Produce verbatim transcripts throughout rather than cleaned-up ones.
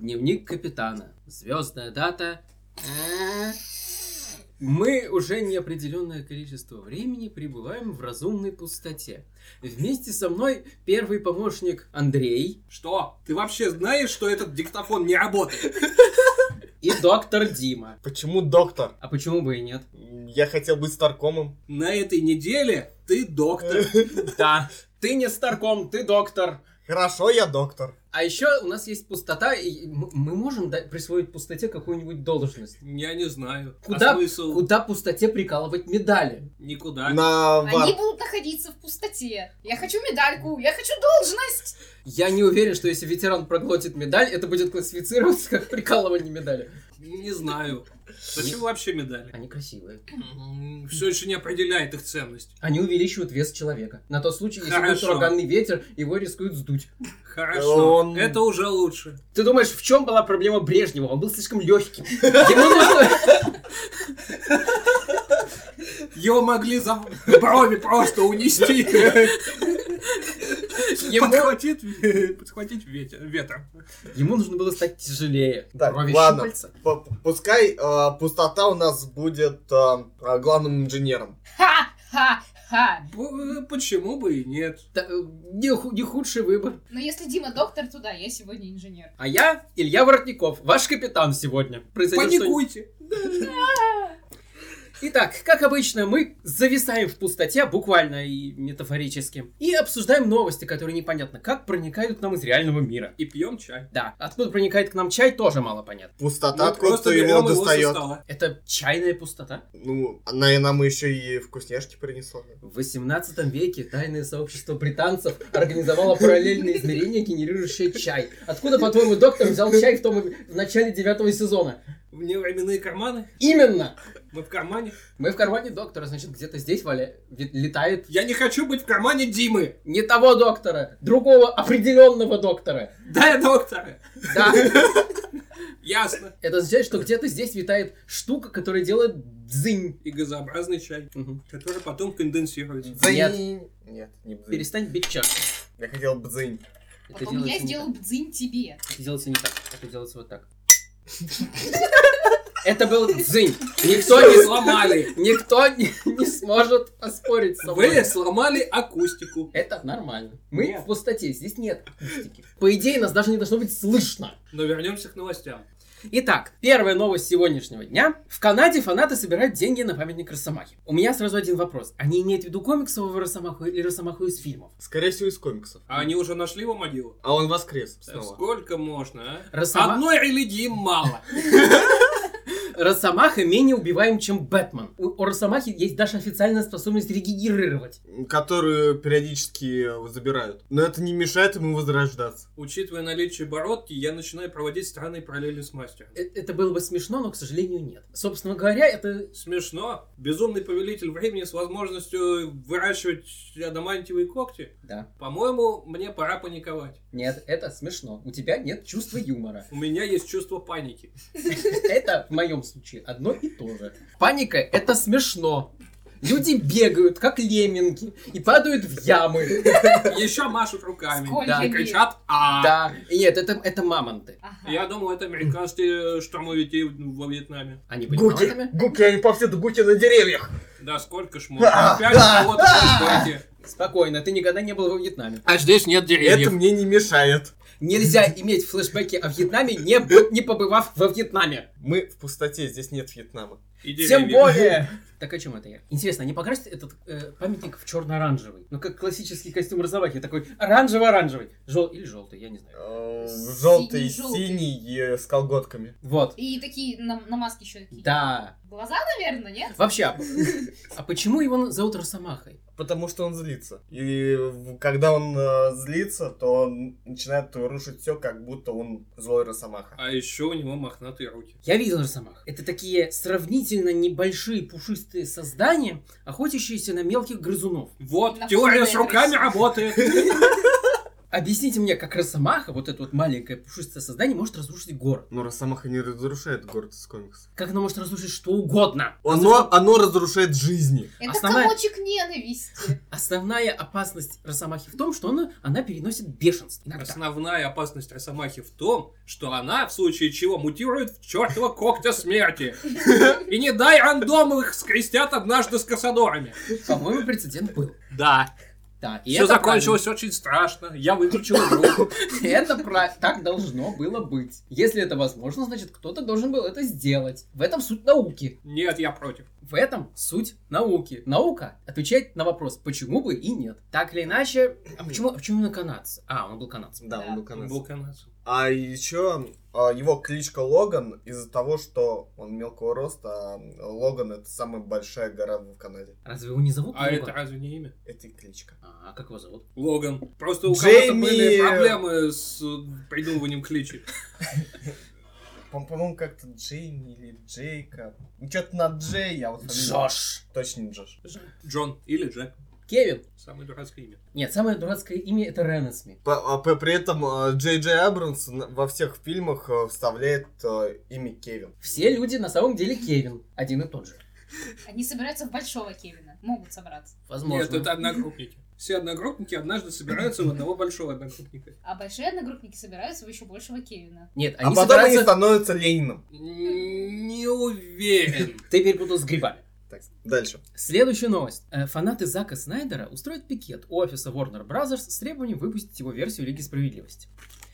Дневник капитана. Звездная дата. Мы уже неопределенное количество времени пребываем в разумной пустоте. Вместе со мной первый помощник Андрей. Что? Ты вообще знаешь, что этот диктофон не работает? И доктор Дима. Почему доктор? А почему бы и нет? Я хотел быть старкомом. На этой неделе ты доктор. Да. Ты не старком, ты доктор. Хорошо, я доктор. А еще у нас есть пустота, и мы можем дать, присвоить пустоте какую-нибудь должность. Я не знаю. Куда, а смысл? куда пустоте прикалывать медали? Никуда. На Они вар... будут находиться в пустоте. Я хочу медальку, я хочу должность. Я не уверен, что если ветеран проглотит медаль, это будет классифицироваться как прикалывание медали. Не знаю. Зачем вообще медали? Они красивые. Все еще не определяет их ценность. Они увеличивают вес человека. На тот случай, если Хорошо. будет ураганный ветер, его рискуют сдуть. Хорошо. Он- Это уже лучше. Ты думаешь, в чем была проблема Брежнева? Он был слишком легким. Ему нужно... Его могли за брови просто унести. Ему... Подхватить, подхватить ветер, ветром. Ему нужно было стать тяжелее. Так, Брови ладно. щупальца. П- Пускай э, пустота у нас будет э, э, главным инженером. Ха-ха-ха. П- Почему бы и нет? Да, э, не, ху- не худший выбор. Но если Дима доктор, то да, я сегодня инженер. А я Илья Воротников, ваш капитан сегодня. Произойдет что-нибудь- Паникуйте. Итак, как обычно, мы зависаем в пустоте, буквально и метафорически, и обсуждаем новости, которые непонятно как проникают к нам из реального мира. И пьем чай. Да, откуда проникает к нам чай, тоже мало понятно. Пустота, Мы откуда просто его берем его со достает. стола. Это чайная пустота. Ну, она и нам еще и вкусняшки принесла. В восемнадцатом веке тайное сообщество британцев организовало параллельные измерения, генерирующие чай. Откуда, по-твоему, доктор взял чай в, том, в начале девятого сезона? Вневременные карманы? Именно! Мы в кармане? Мы в кармане доктора, значит, где-то здесь валя... вит- летает Я не хочу быть в кармане Димы. не того доктора, другого определенного доктора. Да, я доктора. Да. Ясно. Это означает, что где-то здесь витает штука, которая делает дзынь. И газообразный чай, Мгм. который потом конденсируется. Нет. Нет, не бзынь. Перестань бить чашку. Я хотел бзынь. Это Потом я делается не сделаю бдзынь тебе. так. Это делается не так. Это делается вот так. Это был дзынь. Никто Что не вы сломали? Никто не, не сможет оспорить со мной. Вы сломали акустику. Это нормально. Мы Нет. в пустоте, здесь нет акустики. По идее, нас даже не должно быть слышно. Но вернемся к новостям. Итак, первая новость сегодняшнего дня. В Канаде фанаты собирают деньги на памятник Росомахе. У меня сразу один вопрос. Они имеют в виду комиксового Росомаху или Росомаху из фильмов? Скорее всего, из комиксов. А они уже нашли его могилу? А он воскрес Да снова. сколько можно, а? Росома- Одной религии мало. Росомаха менее убиваем, чем Бэтмен. У, у Росомахи есть даже официальная способность регенерировать. Которую периодически забирают. Но это не мешает ему возрождаться. Учитывая наличие бородки, я начинаю проводить странные параллели с мастером. Э- Это было бы смешно, но, к сожалению, нет. Собственно говоря, это... Смешно. Безумный повелитель времени с возможностью выращивать адамантиевые когти. Да. По-моему, мне пора паниковать. Нет, это смешно. У тебя нет чувства юмора. У меня есть чувство паники. Это в моем случае одно и то же. Паника — это смешно. Люди бегают, как лемминги, и падают в ямы. Еще машут руками. Сколько Да, И лет? кричат «А!». Да. Нет, это, это мамонты. Ага. Я думал, это американские штурмовики во Вьетнаме. Они были Гуки! мамонтами? Гуки, они повсюду, гуки на деревьях! Да сколько ж можно? Опять кого-то флешбеки. Спокойно, ты никогда не был во Вьетнаме. А здесь нет Это мне не мешает. Нельзя иметь флешбеки о Вьетнаме, не, б- не побывав во Вьетнаме. Мы в пустоте, здесь нет Вьетнама. И Тем деревья. более... Так о чем это я? Интересно, они покрасят этот э, памятник в черно-оранжевый? Ну, как классический костюм Росомахи, такой оранжево-оранжевый. Жел... Или желтый, я не знаю. Э, Желтый, Синий-желтый. синий э, с колготками. Вот. И такие на, на маске еще такие. Да. Глаза, наверное, нет? Вообще, а, а почему его зовут Росомахой? Потому что он злится. И в- когда он э, злится, то он начинает рушить все, как будто он злой Росомаха. А еще у него мохнатые руки. Я видел Росомах. Это такие сравнительно небольшие пушистые создания, охотящиеся на мелких грызунов. Вот, На теория фоне с руками агрессии. работает. Объясните мне, как Росомаха, вот это вот маленькое пушистое создание, может разрушить город? Но Росомаха не разрушает город из комиксов. Как оно может разрушить что угодно? Оно, оно разрушает жизни. Это Основная- комочек ненависти. Основная опасность Росомахи в том, что она, она переносит бешенство. Иногда. Основная опасность Росомахи в том, что она, в случае чего, мутирует в чертова когтя смерти. И не дай рандом их скрестят однажды с Кассадорами. По-моему, прецедент был. Да. Да, и Все это закончилось очень страшно. Я выключил игру. правильно. Это про- так должно было быть. Если это возможно, значит, кто-то должен был это сделать. В этом суть науки. Нет, я против. В этом суть науки. Наука отвечает на вопрос, почему бы и нет. Так или иначе, а почему, а почему именно канадцы? А, он был канадцем. Да, Да. он был Он канадцем. был канадцем. А еще а, его кличка Логан из-за того, что он мелкого роста, а Логан это самая большая гора в Канаде. Разве его не зовут А Логан? это разве не имя? Это и кличка. А, как его зовут? Логан. Просто у Джейми- кого-то были проблемы с придумыванием кличек. По- По-моему, как-то Джейми или Джейка. Ну, что-то на Джей, я вот фамилию- Джош. Точно не Джош. Джон или Джек. Кевин. Самое дурацкое имя. Нет, самое дурацкое имя это Ренесми. По- а п- При этом а, Джей Джей Абрамс на- во всех фильмах а, вставляет а, имя Кевин. Все люди на самом деле Кевин. Один и тот же. Они собираются в большого Кевина. Могут собраться. Возможно. Нет, это одногруппники. Все одногруппники однажды собираются в одного большого одногруппника. А большие одногруппники собираются в еще большего Кевина. Нет, А они потом они собираются... становятся Лениным. Не уверен. Ты перепутал с грибами. Так, дальше. Следующая новость. Э, Фанаты Зака Снайдера устроят пикет у офиса Warner Bros. С требованием выпустить его версию Лиги Справедливости.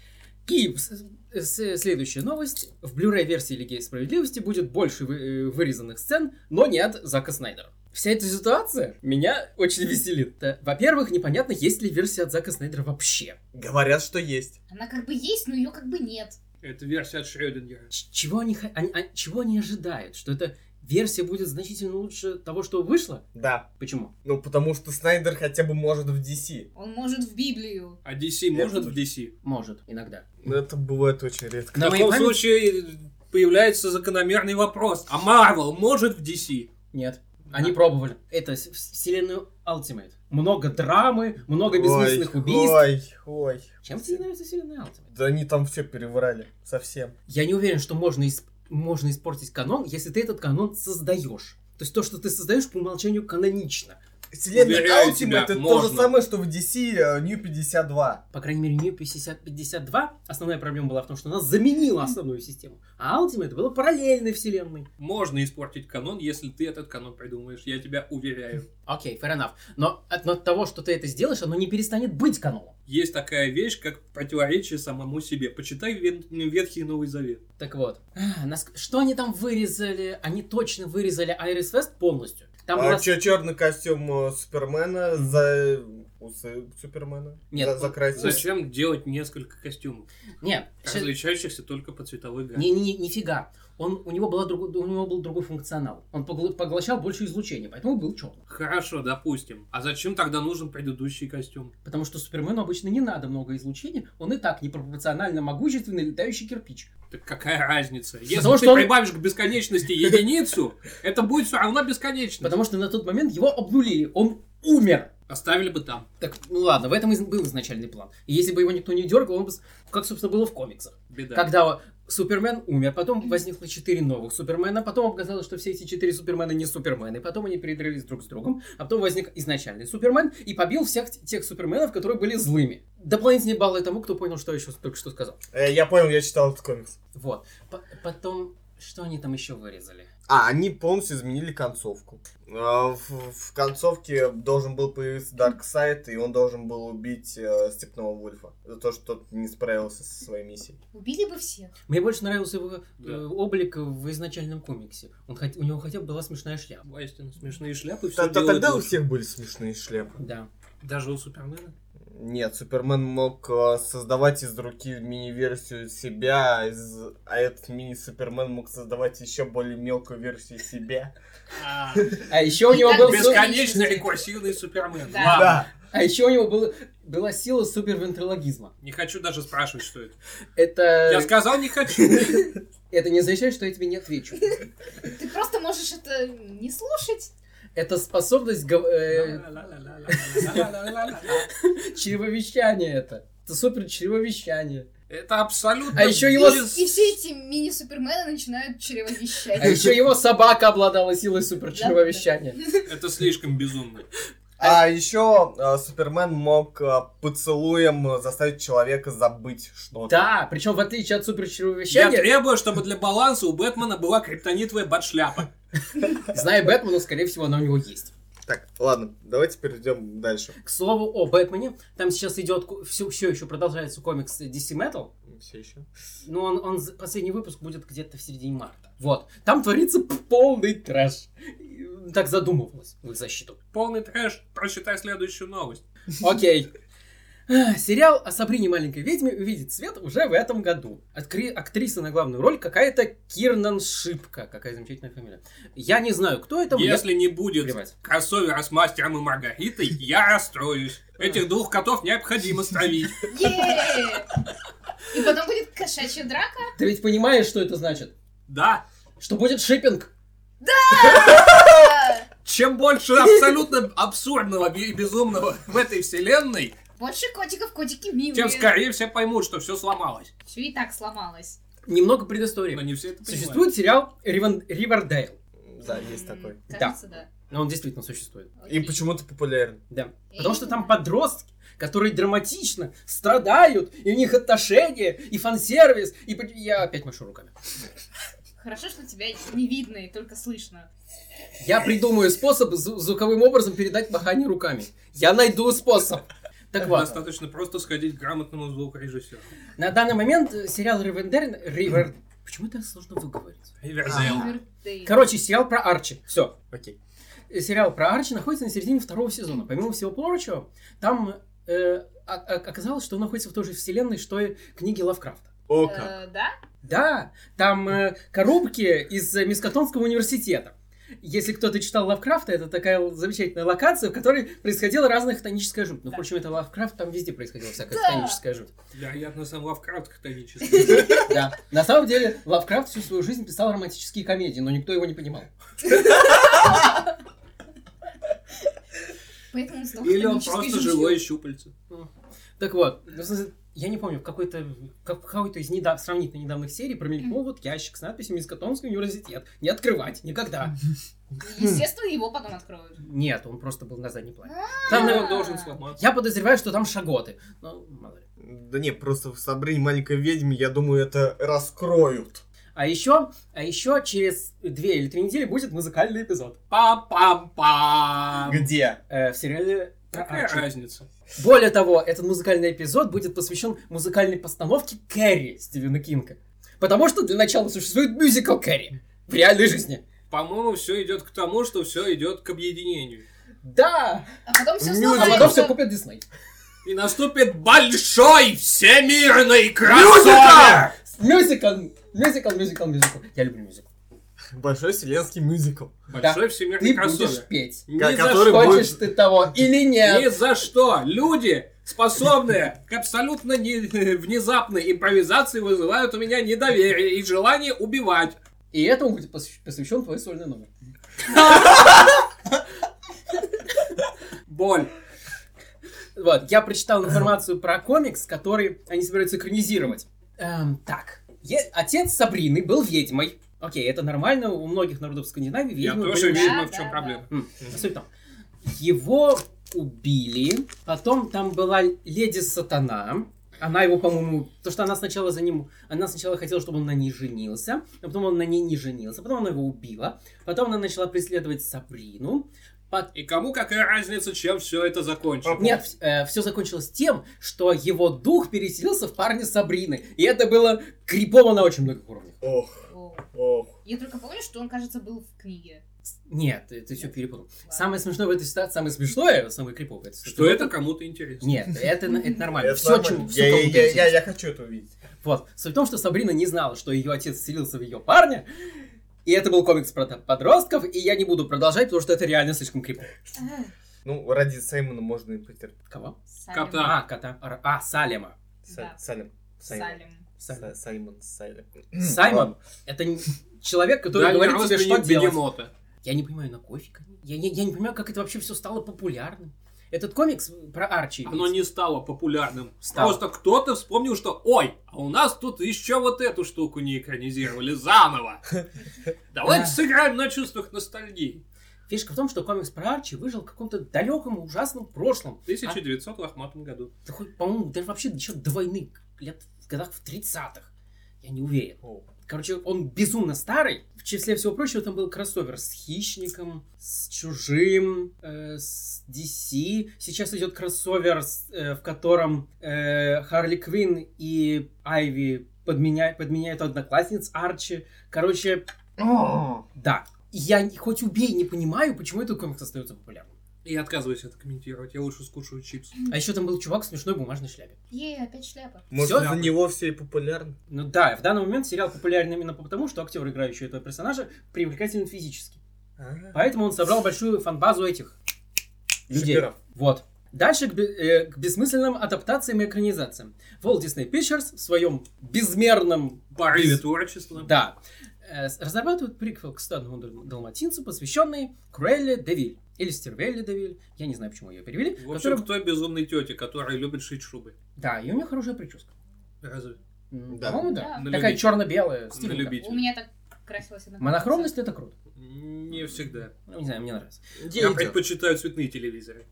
И с- с- следующая новость. В Blu-ray версии Лиги Справедливости будет больше вы- э, вырезанных сцен, но не от Зака Снайдера. Вся эта ситуация меня очень веселит. Э, Во-первых, непонятно, есть ли версия от Зака Снайдера вообще. Говорят, что есть. Она как бы есть, но ее как бы нет. Это версия от Шрёдингера. Ч- Чего они, ха- они- а- чего они ожидают? Что эта версия будет значительно лучше того, что вышло? Да. Почему? Ну, потому что Снайдер хотя бы может в Ди Си. Он может в Библию. А Ди Си может Это- в Ди Си? Может, иногда. Но это бывает очень редко. В На моей таком памяти- случае появляется закономерный вопрос. А Марвел может в Ди Си? Нет. Они пробовали. Это с- вселенную Ultimate. Много драмы, много бессмысленных Ой, убийств. Ой, ой. Чем тебе нравится вселенная Ultimate? Да они там все переврали. Совсем. Я не уверен, что можно, ис- можно испортить канон, если ты этот канон создаешь. То есть то, что ты создаешь, по умолчанию канонично. Вселенная Уверяю тебя, Ultimate это то можно. же самое, что в Ди Си э, New пятьдесят два. По крайней мере, New пятьдесят пятьдесят два основная проблема была в том, что она заменила основную систему. А Ultimate было параллельной вселенной. Можно испортить канон, если ты этот канон придумаешь. Я тебя уверяю. Окей, fair enough. Но от, но от того, что ты это сделаешь, оно не перестанет быть каноном. Есть такая вещь, как противоречие самому себе. Почитай Вен- Ветхий и Новый Завет. Так вот, а, нас- что они там вырезали? Они точно вырезали Айрис Вест полностью. Там была... черный костюм э, Супермена за усы Супермена. Нет, За- закрасили. Зачем делать несколько костюмов, Нет, щас- различающихся только по цветовой гамме? не, не, нифига. Он, у, него была друго- у него был другой функционал. Он погла- поглощал больше излучения, поэтому был черным. Хорошо, допустим. А зачем тогда нужен предыдущий костюм? Потому что Супермену обычно не надо много излучения, он и так непропорционально могущественный летающий кирпич. Так какая разница? Если Потому ты что он- прибавишь к бесконечности единицу, это будет все равно бесконечно. Потому что на тот момент его обнулили, он умер. Оставили бы там. Так, ну ладно, в этом и был изначальный план. И если бы его никто не дергал, он бы, с- как, собственно, было в комиксах. Беда. Когда Супермен умер, потом возникло четыре новых Супермена, потом оказалось, что все эти четыре Супермена не Супермены, потом они передрались друг с другом, а потом возник изначальный Супермен и побил всех т- тех Суперменов, которые были злыми. Дополнительные баллы тому, кто понял, что я еще только что сказал. Э, я понял, я читал этот комикс. Вот. П- потом, что они там еще вырезали? А, они полностью изменили концовку. А, В, в концовке должен был появиться Дарксайд, и он должен был убить э, Степного Вульфа за то, что тот не справился со своей миссией. Убили бы всех. Мне больше нравился его э, Да. облик в изначальном комиксе. Он хот- у него хотя бы была смешная шляпа. Воистину, смешные шляпы Т- все т- Тогда у всех были смешные шляпы. Да. Даже у Супермена. Нет, Супермен мог э, создавать из руки мини-версию себя, а из- а этот мини-Супермен мог создавать еще более мелкую версию себя. А еще у него так был... су- Бесконечно рекурсивный Супермен. Да. Ладно. Да. А еще у него было, была сила супервентрилогизма. Не хочу даже спрашивать, что это. Это... Я сказал, не хочу. Это не означает, что я тебе не отвечу. Ты просто можешь это не слушать. Это способность гов- э, чревовещания это. Это супер чревовещание. Это абсолютно... А еще его... без- И все эти мини-супермены начинают чревовещать. А еще его собака обладала силой супер чревовещания. Это слишком безумно. А еще э, Супермен мог э, поцелуем заставить человека забыть что-то. Да, причем в отличие от супер Я чревовещания, требую, чтобы для баланса у Бэтмена была криптонитовая бат-шляпа. зная Бэтмена, скорее всего, она у него есть. Так, ладно, давайте перейдем дальше. К слову о Бэтмене, там сейчас идет, все, все еще продолжается комикс ди си Metal, Все еще. но он, он, за- последний выпуск будет где-то в середине марта. Вот, там творится полный трэш. Так задумывалась в их защиту. Полный трэш. Прочитай следующую новость. Окей. Ах, Сериал о Сабрине маленькой ведьме увидит свет уже в этом году. Откри- Актриса на главную роль какая-то Кирнан Шипка. Какая замечательная фамилия. Я не знаю, кто это. мне- Если не будет Плевать. кроссовера с Мастером и Маргаритой, я расстроюсь. Этих двух котов необходимо стравить. Е-е-е! И потом будет кошачья драка. Ты ведь понимаешь, что это значит? Да. Что будет шиппинг? А, Чем больше абсолютно абсурдного и безумного в этой вселенной, Больше котиков, котики милые. тем скорее все поймут, что все сломалось. Все и так сломалось. Немного предыстории. Но не все это понимают. Существует сериал Ривен- Ривердейл. Да, есть такой. М, Кажется, да. Но он действительно существует. И почему-то популярен. Да. Потому что там подростки, которые драматично страдают, и у них отношения, и фан-сервис, и... по- Я опять машу руками. Хорошо, что тебя не видно и только слышно. Я придумаю способ зву- звуковым образом передать махание руками. Я найду способ. Так вот, Достаточно просто сходить к грамотному звукорежиссеру. на данный момент э, сериал Ривендер... Ривер... Почему это сложно выговорить? Ривердейл. Ривердейл. Короче, сериал про Арчи. Все. Окей. Сериал про Арчи находится на середине второго сезона. Помимо всего прочего, там э, о- о- оказалось, что он находится в той же вселенной, что и книги Лавкрафта. О, как. Э, Да? Да, там э, коробки из э, Мискатонского университета. Если кто-то читал Лавкрафта, это такая замечательная локация, в которой происходила разная хтоническая жуть. Но, Да. впрочем, это Лавкрафт, там везде происходила всякая Да. хтоническая жуть. Вероятно, сам Лавкрафт хтонический. Да. На самом деле, Лавкрафт всю свою жизнь писал романтические комедии, но никто его не понимал. Поэтому он стал Или он хтонической просто жутью. живое щупальце. Так вот, в смысле, я не помню, в какой-то, как- в какой-то из недав- сравнительно недавних серий промелькнул вот ящик с надписью «Мискатонский университет». Не открывать, никогда. Естественно, его потом откроют. Нет, он просто был на заднем плане. Там Там, он должен сломаться. я подозреваю, что там шаготы. Но, мало ли. Да не, просто в Сабрине маленькой ведьме, я думаю, это раскроют. А еще, а еще через две или три недели будет музыкальный эпизод Пам-пам-пам. Где? э, в сериале про Какая Арчи. разница? Более того, этот музыкальный эпизод будет посвящен музыкальной постановке Кэрри Стивена Кинга. Потому что для начала существует мюзикл Кэрри в реальной жизни. По-моему, все идет к тому, что все идет к объединению. Да! А потом все Мюзикл. А потом все сломается. купят Дисней. И наступит большой всемирный кроссовер! Мюзикл! Мюзикл, мюзикл, мюзикл. Я люблю мюзикл. Большой вселенский мюзикл. Большой Да. всемирный Ты будешь кроссовер. петь. Ни Ко- за который что. будет- Хочешь ты того или Ни нет. за что. Люди, способные к абсолютно не- внезапной импровизации, вызывают у меня недоверие и желание убивать. И этому будет посвящ- посвящен твой сольный номер. Боль. Вот, я прочитал информацию про комикс, который они собираются экранизировать. Эм, так, Е- отец Сабрины был ведьмой. Окей, это нормально, у многих народов Скандинавии Я ведьмы тоже были... вижу, Да, в чем да, проблема. М, суть в том. Его убили, потом там была леди Сатана. Она его, по-моему, то, что она сначала за ним, она сначала хотела, чтобы он на ней женился, а потом он на ней не женился, потом она его убила, потом она начала преследовать Сабрину. Пот- И кому какая разница, чем все это закончилось? Нет, все закончилось тем, что его дух переселился в парня Сабрины, и это было крипово на очень многих уровнях. Ох, О. ох. Я только помню, что он, кажется, был в книге. Нет, ты, ты все перепутал. Самое смешное в этой ситуации, самое смешное, самое криповое. это Что это кому-то интересно. Нет, это, это нормально. Это Все, нормально. чему, всё, я, я, кому я, интересно. я, я хочу это увидеть. Вот. Суть в том, что Сабрина не знала, что ее отец вселился в ее парня. И это был комикс про подростков, и я не буду продолжать, потому что это реально слишком крипово. А, Ну, ради Саймона можно и потерпеть. Кого? Салем. Кота. А, кота. Ар- А, Салема. Да. Салем. Саймон. Салем. Салем. Са- Саймон, Сайлем. Саймон Ладно. — это не- человек, который Да, говорит тебе, что родственник делать. бегемота. Я не понимаю, на кофе? Я не, я не понимаю, как это вообще все стало популярным. Этот комикс про Арчи. Оно ведь. не стало популярным. Стало. Просто кто-то вспомнил, что ой, а у нас тут еще вот эту штуку не экранизировали заново. Давайте сыграем на чувствах ностальгии. Фишка в том, что комикс про Арчи выжил в каком-то далеком и ужасном прошлом. В тысяча девятьсот лохматом году. Да хоть, по-моему, даже вообще еще до войны, лет в годах в тридцатых. Я не уверен. Короче, он безумно старый. В числе всего прочего, там был кроссовер с Хищником, с Чужим, э, с ди си. Сейчас идет кроссовер, с, э, в котором э, Харли Квинн и Айви подменя... подменяют одноклассниц Арчи. Короче, да. Я хоть убей, не понимаю, почему этот комикс остается популярным. И отказываюсь это комментировать, я лучше скушаю чипсы. А еще там был чувак в смешной бумажной шляпе. Е, опять шляпа. Может, Всё? из-за него все и популярны? Ну да, в данный момент сериал популярен именно потому, что актер, играющий этого персонажа, привлекателен физически. Поэтому он собрал большую фан-базу этих людей. Шиперов. Вот. Дальше к, бе- э, к бессмысленным адаптациям и экранизациям. Walt Disney Pictures в своем безмерном... Порыве без- творчества. Да. Э, с- разрабатывают приквел к «Стадному дал- далматинцу», посвященный Круэлле де Виль. Или Стервелле де Виль. Я не знаю, почему ее перевели. В общем, которая- к той безумной тете, которая любит шить шубы. Да, и у нее хорошая прическа. Разве? М, Да. По-моему, да. Да. На Такая любителя. черно-белая, На стильненькая. любителя. У меня так красилась одна. Монохромность — это круто. Не всегда. Ну, не знаю, мне нравится. Я предпочитаю цветные телевизоры.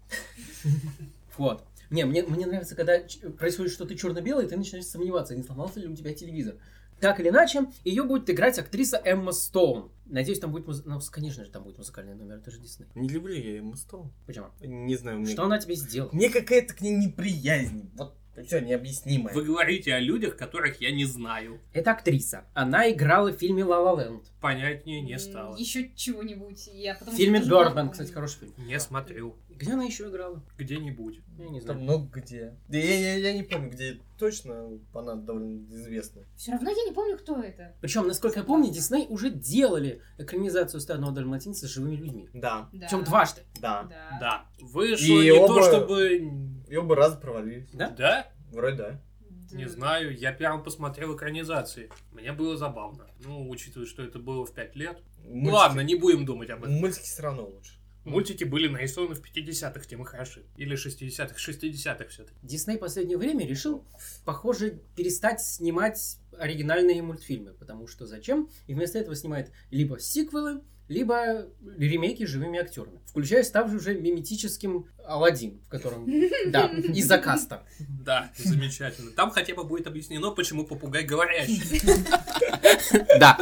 Вот. Не, мне, мне нравится, когда ч- происходит что-то черно-белое, и ты начинаешь сомневаться, не сломался ли у тебя телевизор. Так или иначе, ее будет играть актриса Эмма Стоун. Надеюсь, там будет муз... Ну, конечно же, там будет музыкальный номер, это же Дисней. Не люблю я Эмму Стоун. Почему? Не знаю, мне... Что она тебе сделала? Мне какая-то к ней неприязнь. Вот все необъяснимое. Вы говорите о людях, которых я не знаю. Это актриса. Она играла в фильме «Ла Ла Ленд». Понятнее не стало. Еще чего-нибудь. Я потому В фильме что тоже «Бёрдман», помню. кстати, хороший фильм. Не смотрел. Где она еще играла? Где-нибудь. Я не Там знаю. много где. Да я, я, я не помню, где точно. Она довольно известная. Все равно я не помню, кто это. Причем, насколько я помню, Дисней уже делали экранизацию «Стадного далматинца» с живыми людьми. Да, Да. Причем дважды. да. Да. Да. Вышло И не оба- то, чтобы... И оба раза провалились. Да? Да? Вроде да. Да. Не знаю, я первым посмотрел экранизации. Мне было забавно. Ну, учитывая, что это было в пять лет. Мультики- Ладно, не будем думать об этом. Мультики все равно лучше. Мультики были нарисованы в пятидесятых, тем и хороши. Или шестидесятых, шестидесятых все-таки. Дисней в последнее время решил, похоже, перестать снимать оригинальные мультфильмы, потому что зачем? И вместо этого снимает либо сиквелы, либо ремейки с живыми актерами, включая ставший уже миметическим Аладдин, в котором, да, из-за каста. Да, замечательно. Там хотя бы будет объяснено, почему попугай говорящий. Да.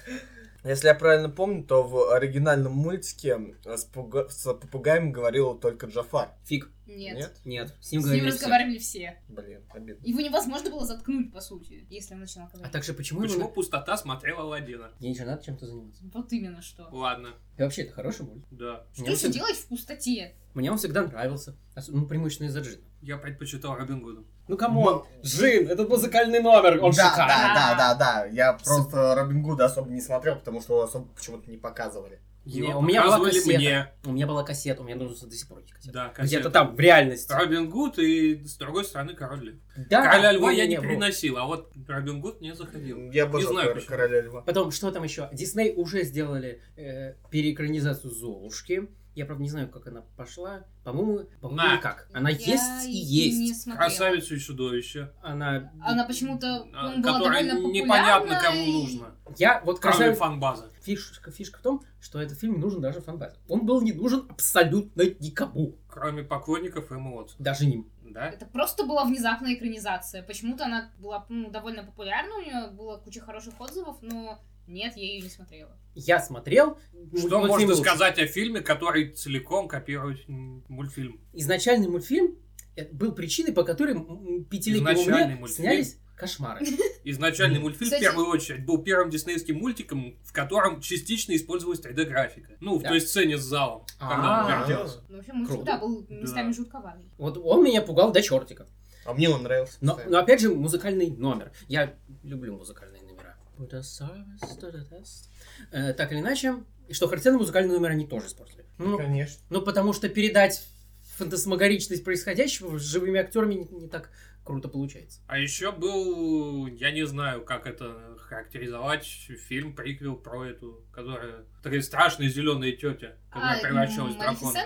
Если я правильно помню, то в оригинальном мультике с, пуга- с попугаем говорил только Джафар. Фиг. Нет. Нет. С С ним ним говорили все. разговаривали все. Блин, обидно. Его невозможно было заткнуть, по сути, если он начинал А говорить. также почему, Почему его... пустота смотрела Аладдина? Ей же надо чем-то заниматься. Вот именно что. Ладно, И вообще, это хороший мульт. да. Мне Что он, еще всегда... делать в пустоте? Мне он всегда нравился. Ос- Ну, преимущественно из-за Джина. Я предпочитал Робин Гуда. Ну, камон, Джин, это музыкальный номер, он да, шикарный. да, да, да, да. Я просто Робин Гуда особо не смотрел, потому что его особо почему-то не показывали. Не, Его у меня была показывали кассета. мне. У меня была кассета, у меня нужно до сих пор эти кассеты. Да, Где-то кассета. там, в реальности. Робин Гуд и, с другой стороны, Король Лев. Да, Короля Льва я не не-не-не, вот. переносил, а вот Робин Гуд не заходил. Я Не обожал знаю, Кор- почему. Короля Льва. Потом, что там еще? Дисней уже сделали э, переэкранизацию Золушки. Я, правда, не знаю, как она пошла. По-моему, по-моему, На. никак. Она Я есть и Не есть. смотрела. Красавицу и чудовище. Она... Она почему-то а, по-моему, была Которая довольно непонятно популярна, кому и- нужно. Я вот Кроме красавица... фан-базы. Фишка, фишка в том, что этот фильм не нужен даже фан-базе. Он был не нужен абсолютно никому. Кроме поклонников Эммы Уотсон. Даже ним. Да? Это просто была внезапная экранизация. Почему-то она была ну, довольно популярна, у нее была куча хороших отзывов, но нет, я ее не смотрела. Я смотрел. Что мультфильм можно лучше. сказать о фильме, который целиком копирует м, мультфильм? Изначальный мультфильм э, был причиной, по которой м, м, пятилетнему Изначальный мне мультфильм? снялись кошмары. Изначальный мультфильм, Кстати- в первую очередь, был первым диснеевским мультиком, в котором частично использовалась три дэ-графика. Ну, в Да. той сцене с залом, когда он А. вертелся. Ну, в общем, мультик, Круто. да, был местами Да. жутковатый. Вот он меня пугал до чертика. А мне он нравился. Но, постоянно. но опять же, музыкальный номер. Я люблю музыкальные номера. Put a service to the test. Э, так или иначе, и что характерно, музыкальные номера они тоже испортили. Ну, Конечно. ну, потому что передать фантасмагоричность происходящего с живыми актерами не, не так круто получается. А еще был, я не знаю, как это характеризовать, фильм-приквел про эту, которая такая страшная зеленая тетя, которая А, превращалась в м, дракона. Малефисента?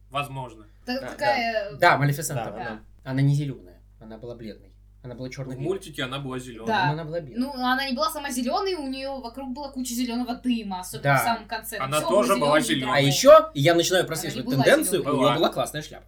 Возможно. Та- Да, Такая... Да, Малефисента. Да, была. да. Она не зеленая, она была бледной. Она была В черной. мультике она была зеленая. Да. Она была белой. Ну, она не была сама зеленой, у нее вокруг была куча зеленого дыма, особенно Да. в самом конце. Там Она всё тоже было была зелёным зелёной. А травой. еще я начинаю прослеживать Она не была тенденцию, зелёной. у нее Была. была классная шляпа.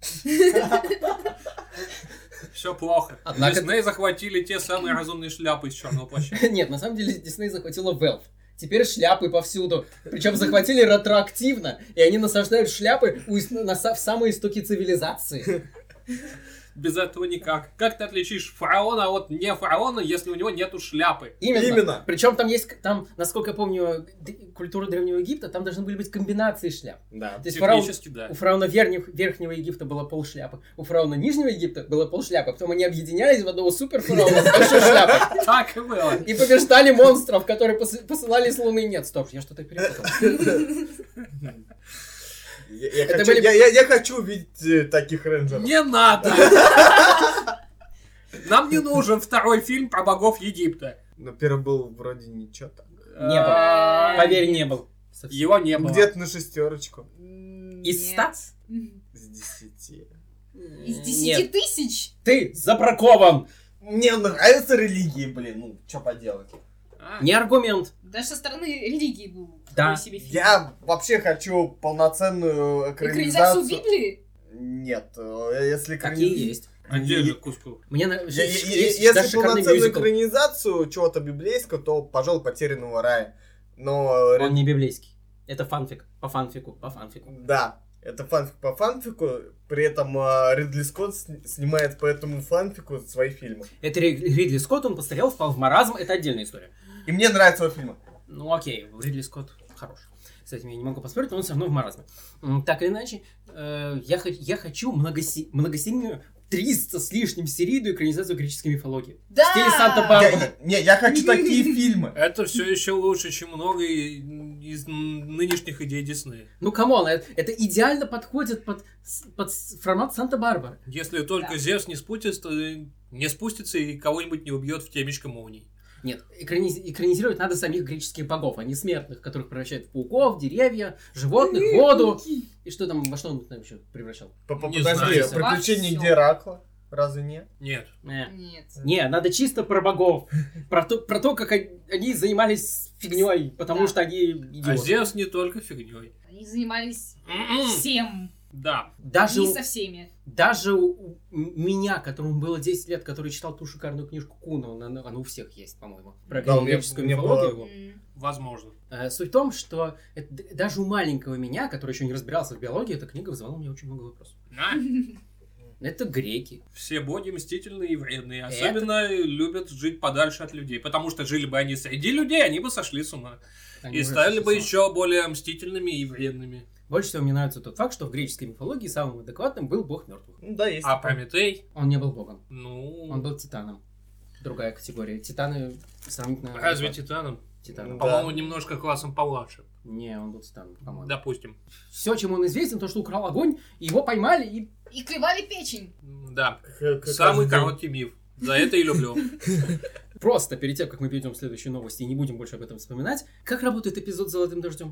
Все плохо. Однако- Дисней захватили те самые разумные шляпы из черного плаща. Нет, на самом деле Дисней захватила Valve. Теперь шляпы повсюду. Причем захватили ретроактивно. И они насаждают шляпы у ис- на са- в самые истоки цивилизации. Без этого никак. Как ты отличишь фараона от не фараона, если у него нету шляпы? Именно. Именно. Причем там есть, там, насколько я помню, д- культура Древнего Египта, там должны были быть комбинации шляп. Да. То есть фараон, Технически, да. у фараона верхних- Верхнего Египта было полшляпы, у фараона Нижнего Египта было полшляпы. Потом они объединялись в одного суперфараона с большой шляпой. Так и было. И побеждали монстров, которые пос- посылали с Луны. Нет, стоп, я что-то перепутал. Я, я Это хочу, были- я, я- я хочу увидеть э, таких рейнджеров. Не надо! Нам не нужен второй фильм про богов Египта. Но первый был вроде ничего так. Не было. Поверь, не был. Совсем. Его не было. Где-то на шестерочку. М, Из нет. ста? С десяти. Из Нет. десяти тысяч? Ты забракован. Мне нравятся религии, блин. Ну, что поделать. А, Не аргумент. Даже со стороны религии был Да. такой себе фильм. Я вообще хочу полноценную Экранизацию экранизацию. Библии? Нет, э, если Какие экрани- есть. Отдельно куску. Мне на... Я- я- есть я- даже Если шикарный полноценную мюзикл. экранизацию чего-то библейского, то, пожалуй, «Потерянного рая». Но... э, Он не библейский. Это фанфик. По фанфику. По фанфику. Да, это фанфик по фанфику, при этом э, Ридли Скотт сни- снимает по этому фанфику свои фильмы. Это Ри- Ридли Скотт, он постарел, впал в маразм. Это отдельная история. И мне нравятся его фильмы. Ну окей, Ридли Скотт хорош. С этим я не могу поспорить, но он все равно в маразме. М, Так или иначе, э, я, хо- я хочу многоси- многосерийную триста с лишним серийную экранизацию греческой мифологии. Да! В стиле Санта Я, Барбара. не, я хочу такие фильмы. Это все еще лучше, чем много и- из нынешних идей Диснея. Ну камон, это, это идеально подходит под, с- под с- формат Санта-Барбары. Если только Да. Зевс не спустится, не спустится и кого-нибудь не убьет в темечко молний. Нет, экраниз- экранизировать надо самих греческих богов, а не смертных, которых превращают в пауков, деревья, животных, воду. И что там, во что он там еще превращал? П- п- Не Подожди, знаю. приключения Во всё. Геракла. Разве нет? Нет. Э. Нет. Не, надо чисто про богов. Про то, про то как они- они занимались фигней, потому Да. что они А идиоты. Зевс не только фигней. Они занимались М-м. всем, Да. Даже, не у- со всеми. даже у м- меня, которому было десять лет, который читал ту шикарную книжку Куна, она, она у всех есть, по-моему, про Да, у меня- греческую у меня мифологию. было- М. Возможно. Э, Суть в том, что это д- даже у маленького меня, который еще не разбирался в биологии, эта книга вызывала у меня очень много вопросов. А? Это греки. Все боги мстительные и вредные. Особенно любят жить подальше от людей. Потому что жили бы они среди людей, они бы сошли с ума. Они И уже стали бы существовали. еще более мстительными и вредными. Больше всего мне нравится тот факт, что в греческой мифологии самым адекватным был бог мертвых. Ну да, есть. А такое. Прометей? Он не был богом, Ну... он был титаном. Другая категория. Титаны сравнительно... Разве адекватны. Титаном? Титаном. Да. По-моему, немножко классом помладше. Не, он был титаном, по-моему. Допустим. Все, чем он известен, то, что украл огонь, и его поймали, и... И клевали печень. М, Да. К- к- Самый каждый день. короткий миф. За это и люблю. Просто перед тем, как мы перейдем к следующей новости и не будем больше об этом вспоминать, как работает эпизод с золотым дождем?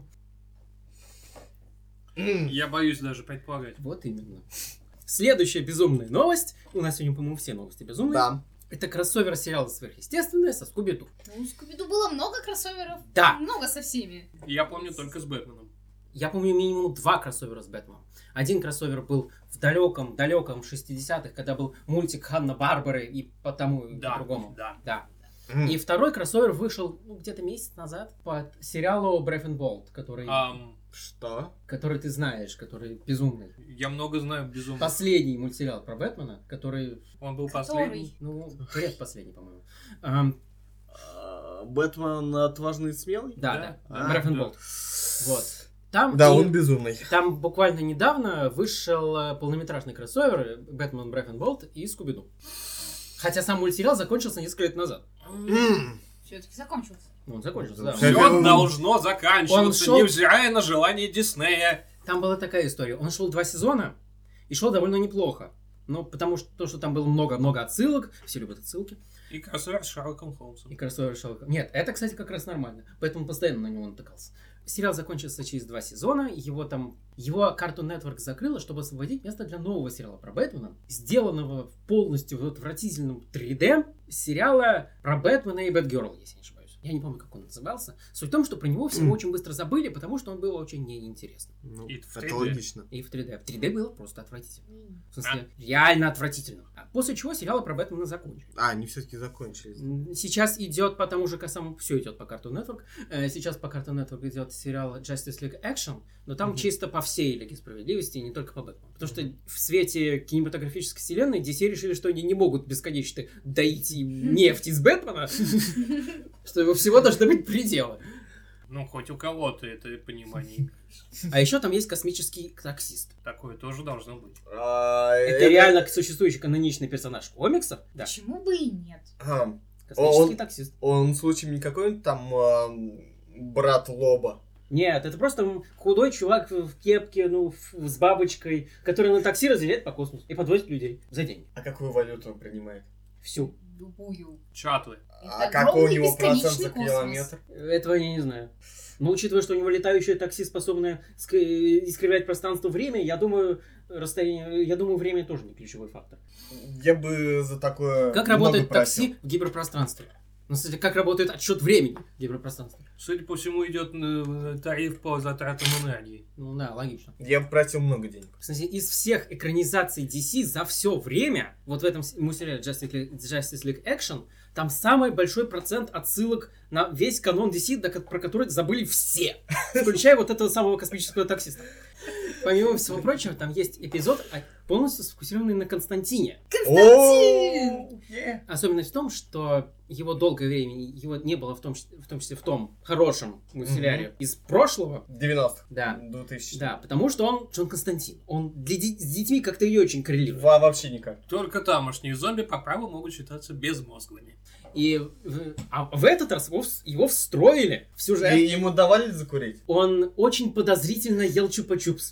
М. Я боюсь даже предполагать. Вот именно. Следующая безумная новость. У нас сегодня, по-моему, все новости безумные. Да. Это кроссовер сериала «Сверхъестественное» со Скуби-Ду. Ну, у Скуби-Ду было много кроссоверов. Да. Много со всеми. Я помню только с Бэтменом. Я помню минимум два кроссовера с Бэтменом. Один кроссовер был в далеком-далеком шестидесятых, когда был мультик Ханна-Барбары и по тому и Да, по-другому. да. Да. М. И второй кроссовер вышел ну, где-то месяц назад под сериалу Breath and Bolt, который, Ам, Что? который ты знаешь, который безумный. я много знаю безумно. Последний мультсериал про Бэтмена, который, Он был Который? последний. ну, предпоследний, по-моему. Ам, А, Бэтмен отважный и смелый? да, Да? да, А, Breath and да. Bolt. Вот. Там, Да, и- он безумный. там буквально недавно вышел э, полнометражный кроссовер «Бэтмен Breath and Bolt» и «Скуби-Ду». Хотя сам мультсериал закончился несколько лет назад. М. Все-таки закончился. Ну, он закончился, да. Всё. Все Он- должно заканчиваться, он шел- невзирая на желание Диснея. Там была такая история. Он шел два сезона и шел довольно неплохо. Но потому что то, что там было много-много отсылок, все любят отсылки, И кроссовер с Шерлоком Холмсом. и кроссовер Шерлока. Нет, это, кстати, как раз нормально. Поэтому постоянно на него натыкался. Сериал закончился через два сезона, его там, его Cartoon Network закрыла, чтобы освободить место для нового сериала про Бэтмена, сделанного полностью в отвратительном три дэ сериала про Бэтмена и Бэтгерл, если не ошибаюсь. Я не помню, как он назывался. Суть в том, что про него все Mm. очень быстро забыли, потому что он был очень неинтересный. Ну, И в это три дэ. логично. И в три дэ. В три дэ было просто отвратительно. В смысле, реально отвратительно. А после чего сериалы про Бэтмена закончили. А, они все-таки закончились. М, Сейчас идет по тому же самому, все идет по Cartoon Network. Э, Сейчас по Cartoon Network идет сериал Justice League Action, но там Мгм. чисто по всей Лиге Справедливости, и не только по Бэтмену. Потому что в свете кинематографической вселенной ди си решили, что они не могут бесконечно доить и нефть из Бэтмена, что его всего должны быть пределы. Ну, хоть у кого-то это понимание. А еще там есть космический таксист. Такое тоже должно быть. А, Это реально существующий каноничный персонаж комиксов. Да, Почему бы и нет? А, космический Он- таксист. он, случаем, не какой-нибудь там а, брат Лоба. Нет, это просто худой чувак в кепке, ну, в- с бабочкой, который на такси разъезжает по космосу и подвозит людей за деньги. А какую валюту он принимает? Всю. Любую. Чатлы. А Это какой у огромный него процент бесконечный за космос. километр? Этого я не знаю. Но учитывая, что у него летающее такси, способное ск- искривлять пространство-время, я думаю, расстояние, я думаю, время тоже не ключевой фактор. Я бы за такое Как много работает просил. такси в гиперпространстве? Ну, кстати, как работает отсчет времени в гиперпространстве? Судя по всему, идет э, тариф по затратам энергии. Ну да, логично. Я бы просил много денег. В смысле, из всех экранизаций ди си за все время, вот в этом с- ему сериале Justice League, Justice League Action, там самый большой процент отсылок на весь канон ди си, до ко- про который забыли все, включая вот этого самого космического таксиста. Помимо всего прочего, там есть эпизод, а, полностью сфокусированный на Константине. Константин! О, Особенность в том, что его долгое время, его не было в том, чис- в том числе в том хорошем мультсериале из прошлого. девяностых. Да. двухтысячных. Да, потому что он Джон Константин. Он для ди- с детьми как-то и очень коррелирует. Во- вообще никак. Только тамошние зомби по праву могут считаться безмозглыми. И в, а в этот раз его, вс- его встроили в сюжет. И ему давали закурить? Он очень подозрительно ел чупа-чупс.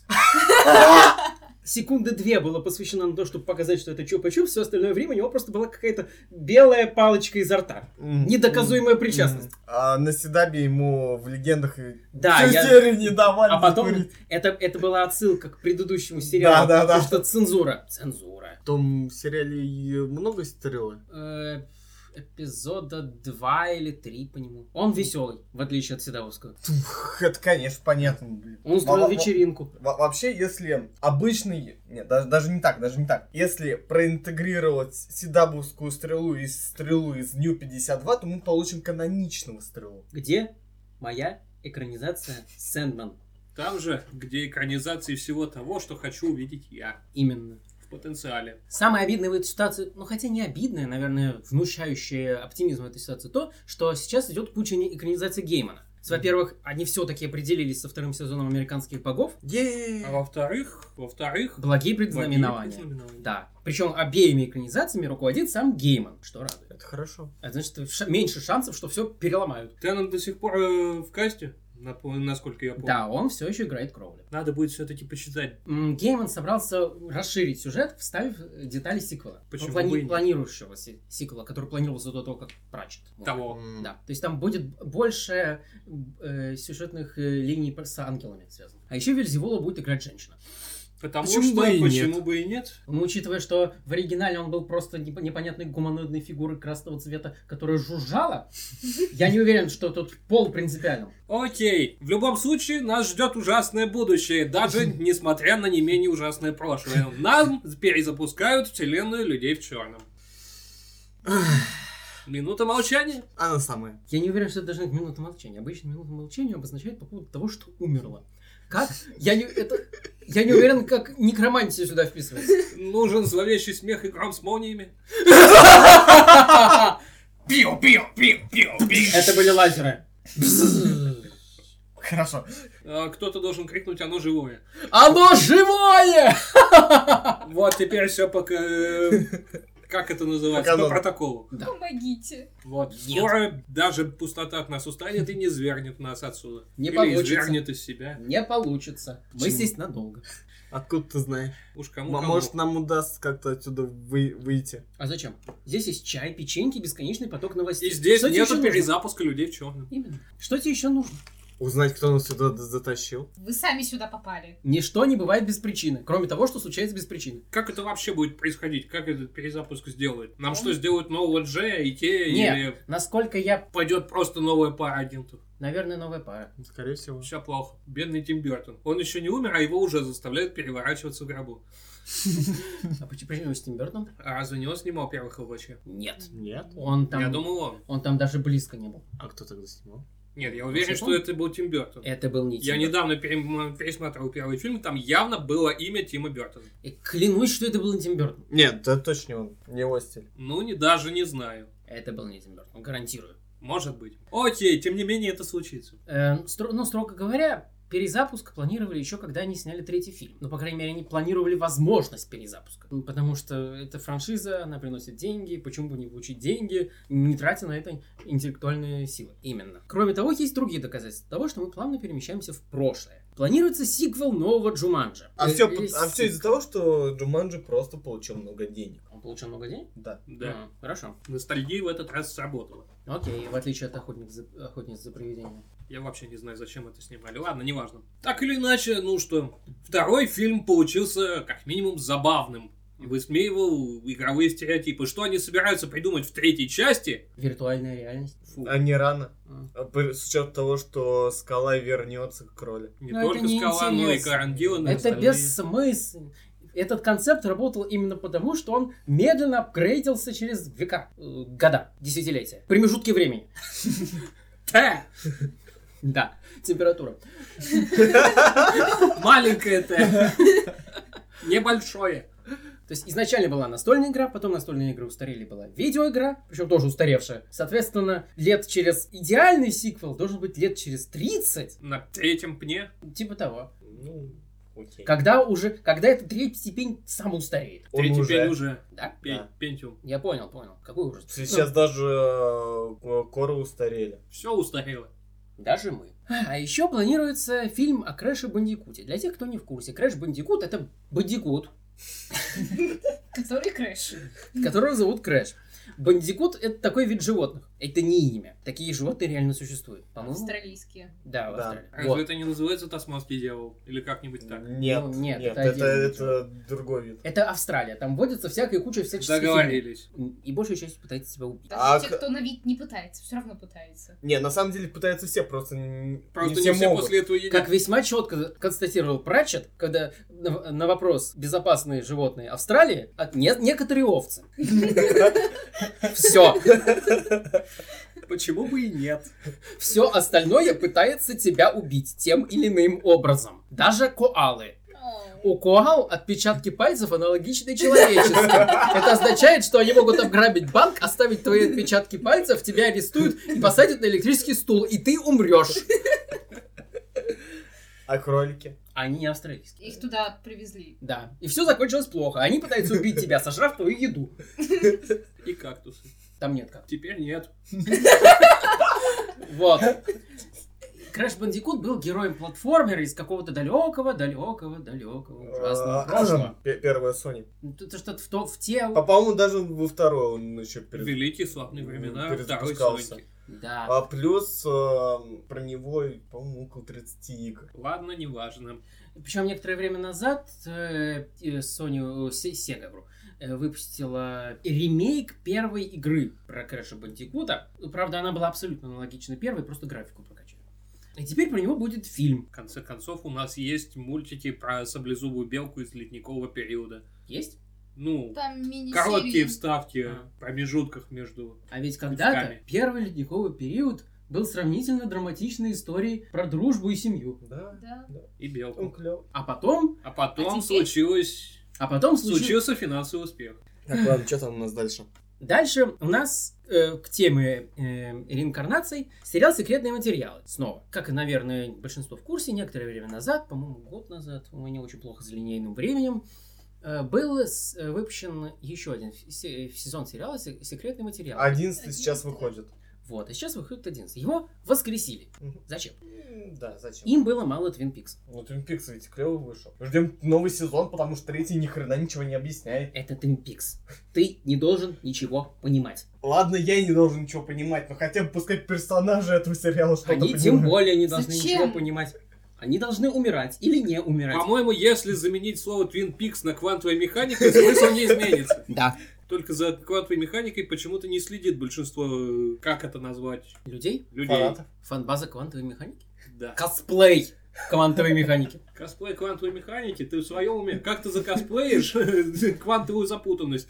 Секунды две было посвящено на то, чтобы показать, что это чупа-чупс. Все остальное время у него просто была какая-то белая палочка изо рта. М, Недоказуемая м, причастность. м. А на Седабе ему в легендах и Да, всю я- серию не давали А потом закурить. это, это была отсылка к предыдущему сериалу. Да, да, да. Потому что цензура. Цензура. В том сериале и много стерило. Э, эпизода два или три по нему. Он веселый, в отличие от Седовского. Ух, это, конечно, понятно. блин. Он устроил Во- во- вечеринку. во- Вообще, если обычный... Нет, даже, даже не так, даже не так. Если проинтегрировать седабовскую стрелу и стрелу из Нью пятьдесят два, то мы получим каноничного стрелу. Где моя экранизация Сэндман? Там же, где экранизации всего того, что хочу увидеть я. Именно. В потенциале. Самое обидное в этой ситуации, ну хотя не обидное, наверное, внушающее оптимизм в этой ситуации, то, что сейчас идет куча не- экранизаций Геймана. Во-первых, они все-таки определились со вторым сезоном «Американских богов». е А во-вторых, во-вторых, Благие благие предзнаменования. предзнаменования. Да. Причем обеими экранизациями руководит сам Гейман, что радует. Это хорошо. Это значит, ша- меньше шансов, что все переломают. Теннант до сих пор э, в касте, нап- насколько я помню. Да, он все еще играет Кроули. Надо будет все-таки почитать. М, Гейман собрался расширить сюжет, вставив э, детали сиквела. Почему Ну, плани- бы и нет? планирующего си- сиквела, который планировался до того, как Пратчет. Вот. Того. М. Да, то есть там будет больше э, сюжетных э, линий п- с ангелами связано. А еще Вельзевула будет играть женщина. Потому Почему что, бы и почему нет? бы и нет? Ну, учитывая, что в оригинале он был просто неп- непонятной гуманоидной фигурой красного цвета, которая жужжала, я не уверен, что тут пол принципиально. Окей. В любом случае, нас ждет ужасное будущее, даже несмотря на не менее ужасное прошлое. Нам перезапускают вселенную людей в черном. Минута молчания. Она самая. Я не уверен, что это должна быть минута молчания. Обычно минута молчания обозначает по поводу того, что умерло. Как? Я не, это, я не уверен, как некромантия сюда вписывается. Нужен зловещий смех и гром с молниями. Пиу, пиу, пиу, пиу, пиу. Это были лазеры. Хорошо. А, Кто-то должен крикнуть «Оно живое». Оно живое! Вот, теперь все по... к- Как это называется? По По канону. протоколу. Да. Помогите. Вот. Нет. Скоро даже пустота от нас устанет и не свергнет нас отсюда. Не Или получится. извергнет из себя. Не получится. Мы Почему? здесь надолго. Откуда ты знаешь? Уж кому М- кому. Может, нам удастся как-то отсюда вы- выйти. А зачем? Здесь есть чай, печеньки, бесконечный поток новостей. И здесь Что тебе нету еще нужно? перезапуска людей в черном. Именно. Что тебе еще нужно? Узнать, кто нас сюда д- затащил. Вы сами сюда попали. Ничто не бывает без причины, кроме того, что случается без причины. Как это вообще будет происходить? Как этот перезапуск сделают? Нам Он- что, сделают нового Джея и те, Нет. или Насколько я... пойдет просто новая пара агентов? Наверное, новая пара. Скорее всего. Все плохо. Бедный Тим Бёртон. Он еще не умер, а его уже заставляют переворачиваться в гробу. А почему, почему с Тим Бёртоном? А разве не он снимал первых ЛВЧ? Нет. Нет? Он там... Я думал он. Он там даже близко не был. А кто тогда снимал? Нет, я уверен, Слушай, что он- это был Тим Бёртон. Это был не Тим Я Бёртон. недавно перем- пересматривал первый фильм, там явно было имя Тима Бёртона. И клянусь, что это был не Тим Бёртон. Нет, это точно не он. Не его стиль. Ну, не, даже не знаю. Это был не Тим Бёртон, гарантирую. Может быть. Окей, тем не менее это случится. Э, стро- ну, строго говоря, перезапуск планировали еще, когда они сняли третий фильм. Ну, по крайней мере, они планировали возможность перезапуска. Ну, потому что это франшиза, она приносит деньги. Почему бы не получить деньги, не тратя на это интеллектуальные силы? Именно. Кроме того, есть другие доказательства того, что мы плавно перемещаемся в прошлое. Планируется сиквел нового Джуманджи. А Э, все, или а все из-за сиквел. того, что Джуманджи просто получил много денег. Он получил много денег? Да. Да. А, хорошо. Ностальгия в этот раз сработала. Окей, в отличие от охотниц за, охотниц за привидениями. Я вообще не знаю, зачем это снимали. Ладно, неважно. Так или иначе, ну что, второй фильм получился как минимум забавным. И высмеивал игровые стереотипы. Что они собираются придумать в третьей части? Виртуальная реальность. Фу, А не рано. А. А при- С учетом того, что скала вернется к роли. не Ну, только это не Скала, но и интересно. Карен Гиллан. и Это остальные. бессмысленно. Этот концепт работал именно потому, что он медленно апгрейдился через века, э, года, десятилетия, промежутки времени. Т! Да, температура. Маленькое Т. Небольшое. То есть изначально была настольная игра, потом настольные игры устарели, была видеоигра, причем тоже устаревшая. Соответственно, лет через идеальный сиквел должен быть лет через тридцать, На третьем пне. типа того. Ну, окей. Когда уже, когда эта третья степень сам устареет. Он Третий уже. пень уже. Да? Пень- Да. Пентиум. Я понял, понял. Какой ужас. Сейчас даже э, коры устарели. Все устарело. Даже мы. А еще планируется фильм о Крэше Бандикуте. Для тех, кто не в курсе, Крэш Бандикут — это бандикут, Который Крэш. которого зовут Крэш. Бандикут — это такой вид животных. Это не имя. Такие животные реально существуют. По-моему. Австралийские. Да, в Да. Австралии. Разве Вот. это не называется тасманский дьявол? Или как-нибудь так? Нет, Ну, нет, нет, это это, отдельный это, другой вид. Это Австралия. Там водится всякая куча всяческих Договорились. фигнь. И большая часть пытается тебя убить. Даже А те, к- кто на вид не пытается, все равно пытается. Не, на самом деле пытаются все, просто, н- Просто не не все все могут. после этого едят. Как весьма четко констатировал Пратчетт, когда на, на вопрос «безопасные животные Австралии» от нет некоторые овцы. Все. Почему бы и нет? Все остальное пытается тебя убить тем или иным образом. Даже коалы. У коал отпечатки пальцев аналогичны человеческим. Это означает, что они могут обграбить банк, оставить твои отпечатки пальцев, тебя арестуют и посадят на электрический стул, и ты умрешь. А кролики? Они не австралийские. Их туда привезли. Да. И все закончилось плохо. Они пытаются убить тебя, сожрав твою еду. И кактусы. Там нет как. Теперь нет. Вот. Крэш Бандикут был героем платформера из какого-то далекого, далекого, далекого ужасного А, прошлого. пе- Первая Sony. Это что-то в, то, в те... А по-моему, даже во второй он еще перез- Великие славные времена. Второй перезапускался. Соники. Да. А плюс э, про него, по-моему, около тридцати игр. Ладно, неважно. Причем некоторое время назад э, э, Sony, э, Се- Sega, вру, э, выпустила ремейк первой игры про Крэша Бандикута. Правда, она была абсолютно аналогична первой, просто графику прокачали. И теперь про него будет фильм. В конце концов, у нас есть мультики про саблезубую белку из ледникового периода. Есть? Ну, Там мини-серии. короткие вставки А. в промежутках между... А ведь когда-то Кусками. первый ледниковый период был сравнительно драматичной историей про дружбу и семью. Да, Да. и он белку. клёв. А потом, А потом А теперь? случилось... а потом случилось... случился финансовый успех. Так, ладно, что там у нас дальше? Дальше у нас э, к теме э, реинкарнаций сериал «Секретные материалы». Снова. Как, и, наверное, большинство в курсе, некоторое время назад, по-моему, год назад, у меня очень плохо с линейным временем, э, был с- э, выпущен еще один фи- се- сезон сериала «Се- «Секретные материалы». Одиннадцатый сейчас выходит. Вот, а сейчас выходит одиннадцатый. Его воскресили. Мгм. Зачем? М, Да, зачем? Им было мало Twin Peaks. Ну, Twin Peaks ведь клево вышел. Ждем новый сезон, потому что третий ни хрена ничего не объясняет. Это Twin Peaks. Ты не должен ничего понимать. Ладно, я и не должен ничего понимать, но хотя бы пускай персонажи этого сериала что-то Они понимают. тем более не должны Зачем? ничего понимать. Они должны умирать или не умирать. По-моему, если заменить слово Twin Peaks на квантовая механика, смысл не изменится. Да. Только за квантовой механикой почему-то не следит большинство, э, как это назвать, Людей? людей. Фанатов. Фан-база квантовой механики? Да. Косплей квантовой механики. Косплей квантовой механики, ты в своем уме? Как ты закосплеишь квантовую запутанность?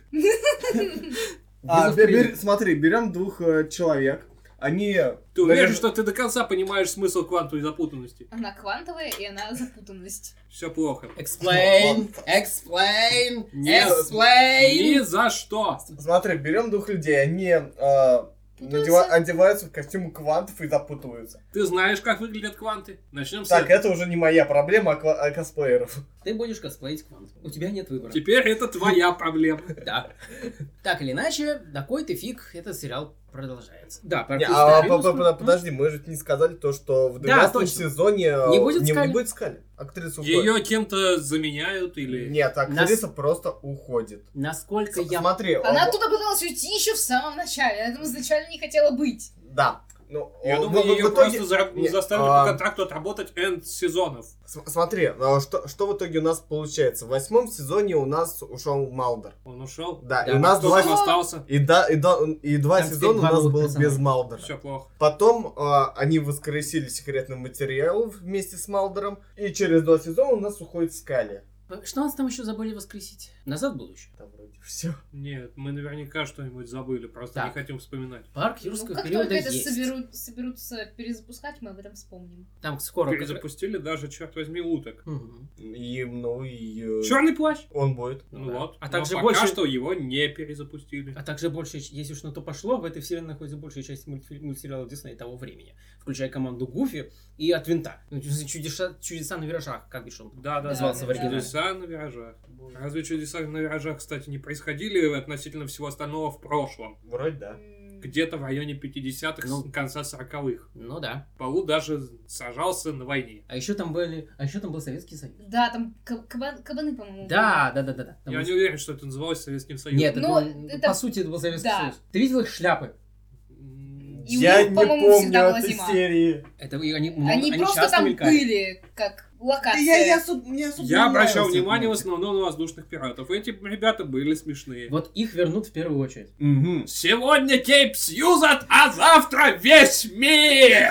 А, Без бе- авторитета. бер- смотри, берем двух э, человек. Они... Ты уверен, наверно- что ты до конца понимаешь смысл квантовой запутанности? Она квантовая, и она запутанность. Все плохо. Explain, explain, Нет. explain. Ни за что. Смотри, берем двух людей, они э, надева- одеваются в костюмы квантов и запутываются. Ты знаешь, как выглядят кванты? Начнем с Так, этого. это уже не моя проблема, а, ква- а косплееров. Ты будешь косплеить квант. У тебя нет выбора. Теперь это твоя проблема. Да. Так или иначе, на кой-то фиг этот сериал продолжается. Да, Не, практически а, абьюз. по- по- подожди, мы же не сказали то, что в Да, двенадцатом точно. сезоне э, Не будет не, Скали. не будет Скали. Актриса уходит. Ее кем-то заменяют или... Нет, актриса просто уходит. Насколько С- я... Смотри, Она он- оттуда пыталась уйти еще в самом начале. Она там изначально не хотела быть. Да. Ну, Я он- думаю, в- в ее итоге- просто за- Не, заставили а, по контракту отработать энд сезонов. с- Смотри, а, что, что в итоге у нас получается? В восьмом сезоне у нас ушел Малдер. Он ушел. Да, Да, и у нас Кто два, там остался? и, да, и, да, и два Там теперь сезона у два нас новых было персонажа. без Малдера. Все плохо. Потом а, они воскресили секретный материал вместе с Малдером. И через два сезона у нас уходит Скали. Что нас там еще забыли воскресить? Назад в будущее. Там вроде все. Нет, мы наверняка что-нибудь забыли, просто Так. не хотим вспоминать. Парк Ну, юрского как периода только это есть. соберут, соберутся перезапускать, мы об этом вспомним. Там скоро... как раз- Перезапустили даже, черт возьми, уток. Мгм. И, ну, и... э, Черный плащ. Он будет. Ну Да. вот. А Но также пока больше- что его не перезапустили. А также больше, если уж на то пошло, в этой вселенной находится большая часть мультфи- мультсериалов Диснея того времени, включая команду Гуфи и от Винта. Ну, чудеса, чудеса на виражах, как бишь он Да, да, назывался да, в оригинале. Чудеса на виражах. Разве чудеса на виражах, кстати, не происходили относительно всего остального в прошлом? Вроде да. М, Где-то в районе пятидесятых, Ну. с конца сороковых. Ну да. Полу даже сажался на войне. А еще там были, а еще там был Советский Союз. Да, там каб- каба- кабаны, по-моему. Да, да, да, да, да. Там Я был- не уверен, что это называлось Советским Союзом. Нет, это, Но был- это- по сути это был Советский да. Союз. Ты видел их шляпы? М, И у Я них, не по-моему, помню всегда была этой зима. серии. Это и они, Они, просто часто там мелькали. были, как локация. Я, я, особо- мне особо Я не обращал нравился внимание в этот основном на воздушных пиратов. Эти ребята были смешные. Вот их вернут в первую очередь. мультик. Мгм. Сегодня Кейп Сьюзат, а завтра весь мир!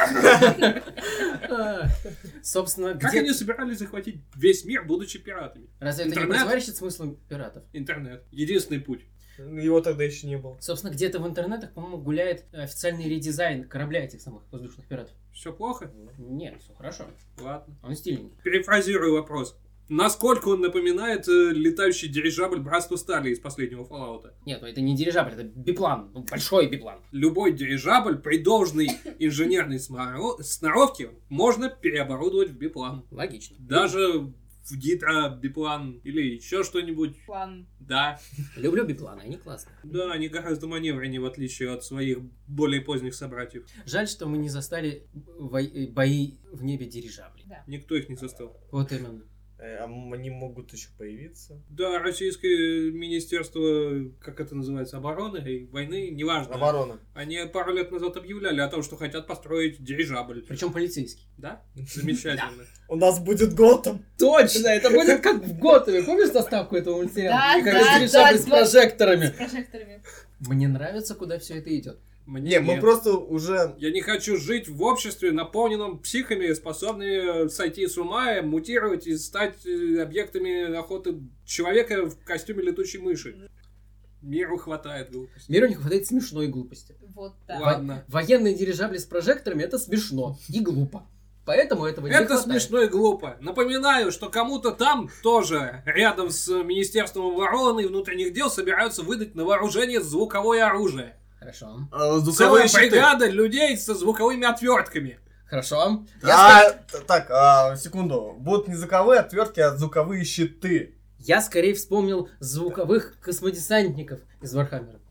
А, Собственно, Как где... они собирались захватить весь мир, будучи пиратами? Разве это не Интернет? противоречит смыслу пиратов? Интернет. Единственный путь. Его тогда еще не было. Собственно, где-то в интернетах, по-моему, гуляет официальный редизайн корабля этих самых воздушных пиратов. Все плохо? Нет, все хорошо. Ладно. Он стильненький. Перефразирую вопрос. Насколько он напоминает э, летающий дирижабль Братства Стали из последнего Fallout? Нет, ну это не дирижабль, это биплан. Ну, большой биплан. Любой дирижабль при должной инженерной сморо- сноровке можно переоборудовать в биплан. Логично. Даже в гидробиплан или еще что-нибудь. План. Да. Люблю бипланы, они классные. Да, они гораздо маневреннее, в отличие от своих более поздних собратьев. Жаль, что мы не застали вой- бои в небе дирижаблей. Никто их не застал. Вот именно. Э, А м- они могут еще появиться. Да, российское министерство, как это называется, обороны и войны, неважно. Оборона. Они пару лет назад объявляли о том, что хотят построить дирижабль. Причем полицейский. Да? Замечательно. У нас будет Готэм. Точно, это будет как в Готэме. Помнишь заставку этого мультсериала? Да, Как да, дирижабль да, с да. прожекторами. С прожекторами. Мне нравится, куда все это идет. Мне Не, мы нет. просто уже... Я не хочу жить в обществе, наполненном психами, способными сойти с ума, мутировать и стать э, объектами охоты человека в костюме летучей мыши. Миру хватает глупости. Миру не хватает смешной глупости. Вот, да. Ладно. Военные дирижабли с прожекторами это смешно и глупо. Поэтому этого не Это хватает. смешно и глупо. Напоминаю, что кому-то там тоже, рядом с Министерством обороны и внутренних дел, собираются выдать на вооружение звуковое оружие. Хорошо. э, звуковые Целая щиты. бригада людей со звуковыми отвертками. Хорошо. Я, А, ска- т- так, а, секунду. Будут не звуковые отвертки, а звуковые щиты. я скорее вспомнил звуковых космодесантников из Вархаммера.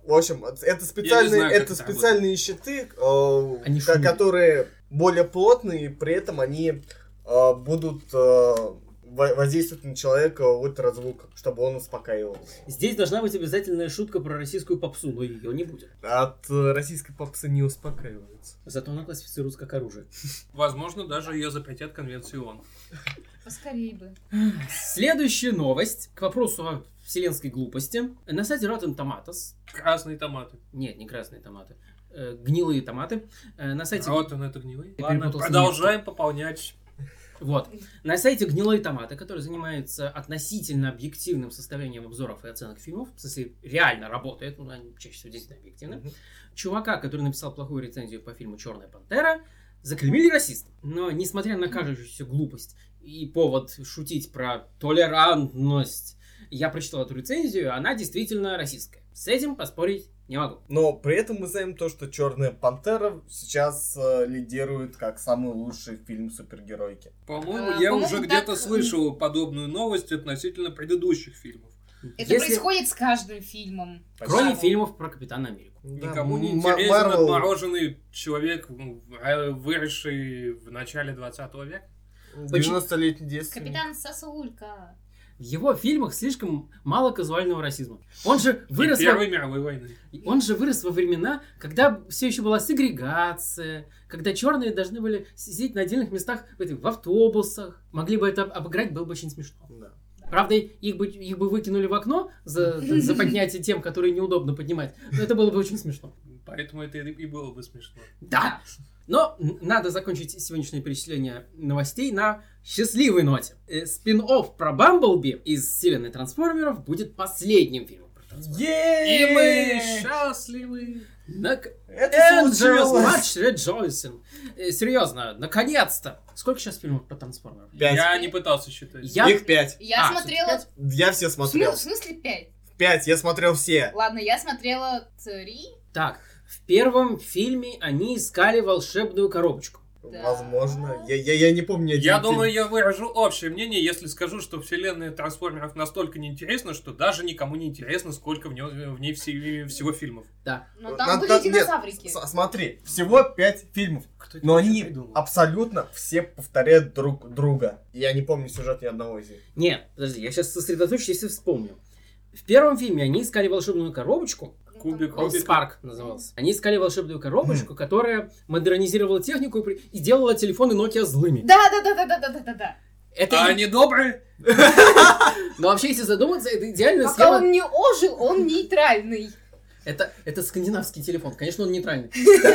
В общем, это специальные, знаю, как это это специальные щиты, э, Они ко- шумят. которые более плотные, и при этом они э, будут э, во- воздействовать на человека ультразвуком, чтобы он успокаивался. Здесь должна быть обязательная шутка про российскую попсу, но ее не будет. От э, российской попсы не успокаивается. Зато она классифицируется как оружие. Возможно, даже ее запретят Конвенции ООН. Поскорей бы. Следующая новость к вопросу о вселенской глупости. На сайте Rotten Tomatoes, Красные томаты. нет, не красные томаты, э, гнилые томаты, э, на сайте... Вот он это гнилый. Я Ладно, перепутал с продолжаем пополнять. Вот. На сайте «Гнилые томаты», который занимается относительно объективным составлением обзоров и оценок фильмов, в смысле, реально работает, ну, они чаще всего действительно объективны, Мгм. чувака, который написал плохую рецензию по фильму «Черная пантера», заклеймили расистом. Но, несмотря на кажущуюся глупость и повод шутить про толерантность, я прочитал эту рецензию, она действительно расистская. С этим поспорить не могу. Но при этом мы знаем то, что Черная пантера сейчас э, лидирует как самый лучший фильм супергеройки. По-моему, А, я по-моему, уже так, где-то м, слышал подобную новость относительно предыдущих фильмов. Это Если- происходит с каждым фильмом. Кроме Да. фильмов про Капитана Америку. Никому не М- интересен Марвел- отмороженный человек, м, э, выросший в начале двадцатого века. девяностолетний девственник. Капитан Сосулька. В его фильмах слишком мало казуального расизма. Он же И вырос во- Первой мировой войны. Он же вырос во времена, когда все еще была сегрегация, когда черные должны были сидеть на отдельных местах в, этих, в автобусах. Могли бы это об- обыграть, было бы очень смешно. Да. Правда, их бы, их бы выкинули в окно за, за поднятие тем, которые неудобно поднимать. Но это было бы очень смешно. Поэтому это и было бы смешно. Да! Но н- надо закончить сегодняшнее перечисление новостей на счастливой ноте. Э, Спин-офф про Бамблби из вселенной трансформеров будет последним фильмом про трансформеров. И мы счастливы. Нак- Это And there was случилось. much rejoicing. Э, серьезно, наконец-то. Сколько сейчас фильмов про трансформеров? Пять. Я не пытался считать. Я... Их пять. Я А, смотрела... всё-таки Я все В, смотрел. смы- в смысле пять? Пять, я смотрел все. Ладно, я смотрела три. Так, в первом фильме они искали волшебную коробочку. Да. Возможно. Я, я, я не помню ни один Я фильм. думаю, я выражу общее мнение, если скажу, что вселенная трансформеров настолько неинтересна, что даже никому не интересно, сколько в, нё- в ней все- всего фильмов. Да. Но там Надо- были нет, динозаврики. с- Смотри, всего пять фильмов. Кто это Но вообще они придумал? абсолютно все повторяют друг друга. Я не помню сюжет ни одного из них. Нет, подожди, я сейчас сосредоточусь, если вспомню. В первом фильме они искали волшебную коробочку. Кубик Он Рубика. Спарк назывался. Они искали волшебную коробочку, которая модернизировала технику и при- и делала телефоны Nokia злыми. Да, да, да, да, да, да, да, да, да. Это А и- они добрые? Но вообще, если задуматься, это идеальная Пока схема. он не ожил, он нейтральный. Это, это скандинавский телефон. Конечно, он нейтральный.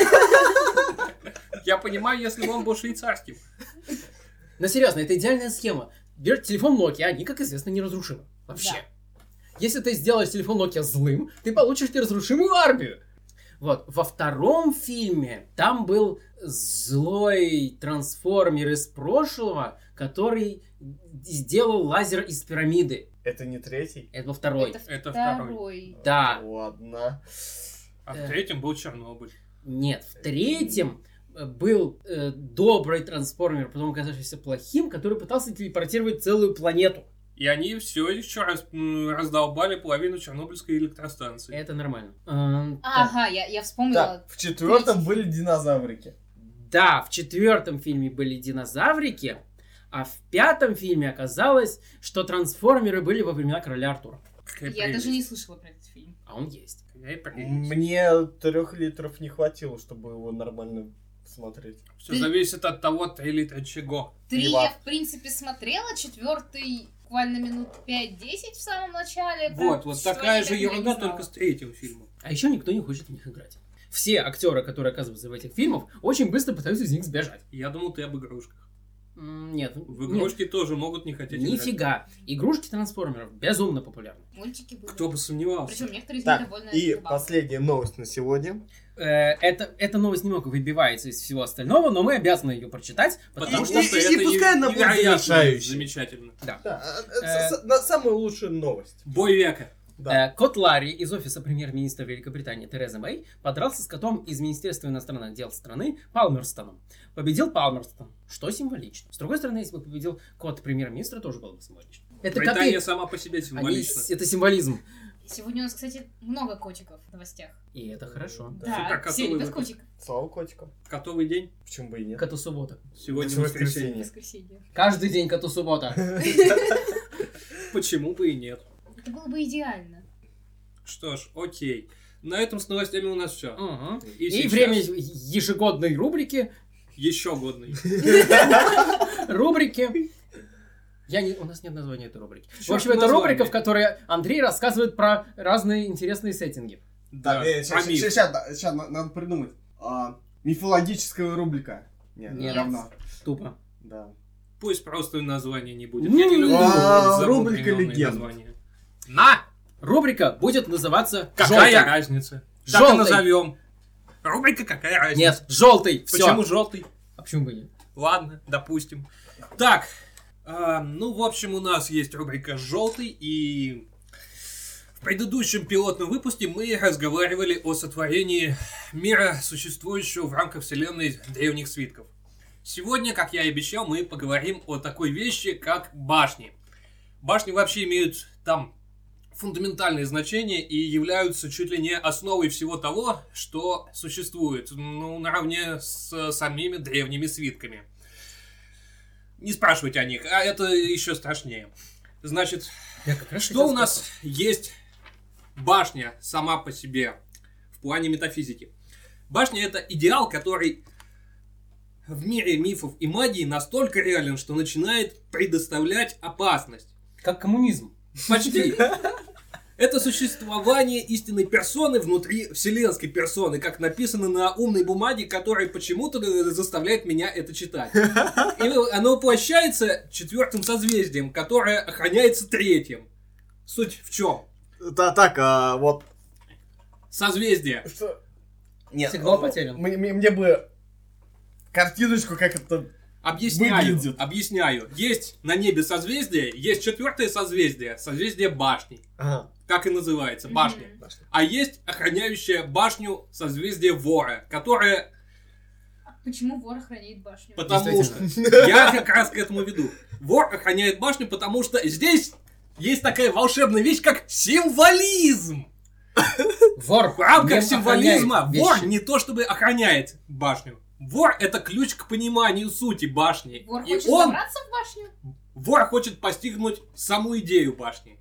Я понимаю, если бы он был швейцарским. Но серьезно, это идеальная схема. Берешь телефон Nokia, они, как известно, неразрушимы. Вообще. Если ты сделаешь телефон Nokia злым, ты получишь неразрушимую армию. Вот. Во втором фильме там был злой трансформер из прошлого, который сделал лазер из пирамиды. Это не третий? Это во второй. Это Это второй. Да. Ладно. А Э. в третьем был Чернобыль. Нет, в третьем э, был э, добрый трансформер, потом оказавшийся плохим, который пытался телепортировать целую планету. И они все еще раз м, раздолбали половину Чернобыльской электростанции. Это нормально. Эм, так. Ага, я, я вспомнила. Так, в четвертом были динозаврики. Да, в четвертом фильме были динозаврики, а в пятом фильме оказалось, что трансформеры были во времена короля Артура. Какая Я прелесть. даже не слышала про этот фильм. А он есть. Какая прелесть. Мне трех литров не хватило, чтобы его нормально смотреть. Все зависит от того, три литра чего. Три Пиво. я, в принципе, смотрела, четвертый буквально минут пять-десять в самом начале. Вот, Про вот что такая они же так я не ерунда, знала. только с третьим фильмом. А еще никто не хочет в них играть. Все актеры, которые оказываются в этих фильмах, очень быстро пытаются из них сбежать. Я думал, ты об игрушках. М, Нет, В нет, игрушки тоже могут не хотеть играть. нифига. Игрушки трансформеров безумно популярны. Мультики были. Кто бы сомневался. Причем некоторые из них Так, довольно и забавные. последняя новость на сегодня. Э, Это, эта новость немного выбивается из всего остального, но мы обязаны ее прочитать, потому Потому что... и- что и- это и пускай она будет невероятно завершающей. замечательно. Да. Да, Э. с- с- на- самая лучшая новость. Бой века. Да. Э, Кот Ларри из офиса премьер-министра Великобритании Терезы Мэй подрался с котом из Министерства иностранных дел страны Палмерстоном. Победил Палмерстон, что символично. С другой стороны, если бы победил кот премьер-министра, тоже было бы символично. Это Британия коты. сама по себе Они, символична. это символизм. Сегодня у нас, кстати, много котиков в новостях. И это хорошо. Да. Да, Супер, все котовый любят выпуск. котик. Слава котикам. Котовый день. Почему бы и нет? Коту суббота. Сегодня Это воскресенье. Воскресенье. Каждый день коту суббота. Почему бы и нет? Это было бы идеально. Что ж, окей. На этом с новостями у нас все. Мгм. И И сейчас- время ежегодной рубрики. Еще годный. Рубрики. Я не... У нас нет названия этой рубрики. В Чёрт, общем, это название. рубрика, в которой Андрей рассказывает про разные интересные сеттинги. Да, Так, про миф. сейчас надо придумать. А, мифологическая рубрика. Нет, Нет. говно. Тупо. Да. Пусть просто название не будет. Ну, Я не люблю а, замудренные рубрика легенд. названия. На! Рубрика будет называться Какая «Желтый». разница? Так Желтый. и назовем. Рубрика «Какая разница?» Нет, желтый. Все. Почему желтый? А почему бы нет? Ладно, допустим. Так, а, ну, в общем, у нас есть рубрика «Желтый», и в предыдущем пилотном выпуске мы разговаривали о сотворении мира, существующего в рамках вселенной древних свитков. Сегодня, как я и обещал, мы поговорим о такой вещи, как башни. Башни вообще имеют там фундаментальные значения и являются чуть ли не основой всего того, что существует, ну, наравне с самими древними свитками. Не спрашивайте о них, а это еще страшнее. Значит, Я как раз что хотел у нас есть башня сама по себе в плане метафизики? Башня — это идеал, который в мире мифов и магии настолько реален, что начинает предоставлять опасность. Как коммунизм. Почти. Это существование истинной персоны внутри вселенской персоны, как написано на умной бумаге, которая почему-то заставляет меня это читать. И оно воплощается четвертым созвездием, которое охраняется третьим. Суть в чем? Да, так, а, вот. Созвездие. Что? Нет. Сигнал а, потерян. Мне, мне- мне бы картиночку, как это... Объясняю, Выглядит. объясняю. Есть на небе созвездие, есть четвертое созвездие, созвездие башни. Ага. Так и называется, башня. Мгм. Башня. А есть охраняющая башню созвездие вора, которая... Почему вор охраняет башню? Потому что... Действительно. Я как раз к этому веду. Вор охраняет башню, потому что здесь есть такая волшебная вещь, как символизм. Вор. В рамках не символизма охраняет вор вещи. не то чтобы охраняет башню. Вор — это ключ к пониманию сути башни. Вор И хочет он, забраться в башню? вор хочет постигнуть саму идею башни.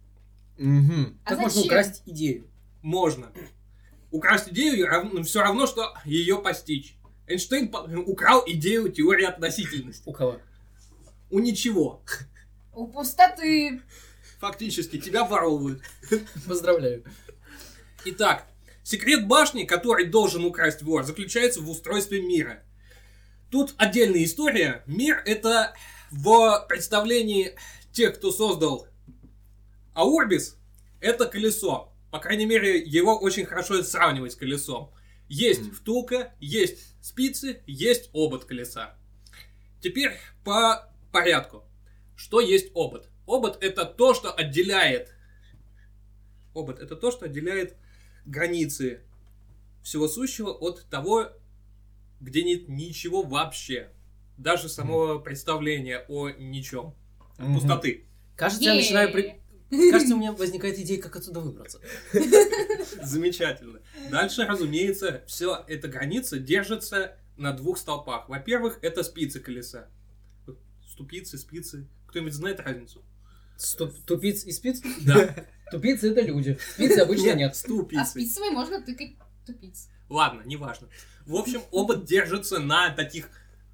Мгм. А Как можно зачем? украсть идею? Можно. Украсть идею все равно, что ее постичь. Эйнштейн по- украл идею теории относительности. У кого? У ничего. У пустоты. Фактически, тебя воровывают. Поздравляю. Итак, секрет башни, который должен украсть вор, заключается в устройстве мира. Тут отдельная история. Мир — это в представлении тех, кто создал Аурбис, это колесо. По крайней мере, его очень хорошо сравнивать с колесом. Есть втулка, есть спицы, есть обод колеса. Теперь по порядку. Что есть обод? Обод — это то, что отделяет... Обод — это то, что отделяет границы всего сущего от того, где нет ничего вообще. Даже самого представления о ничем. От Мгм. пустоты. Кажется, я Е-е-е. начинаю... при- Кажется, у меня возникает идея, как отсюда выбраться. Замечательно. Дальше, разумеется, все эта граница держится на двух столпах. Во-первых, это спицы колеса. Ступицы, спицы. Кто-нибудь знает разницу? Ступ- Тупиц и спиц? Да. Тупицы это люди. Спицы обычно нет. А Ступицы. спицевой можно тыкать тупиц. Ладно, неважно. В общем, обод держится на таких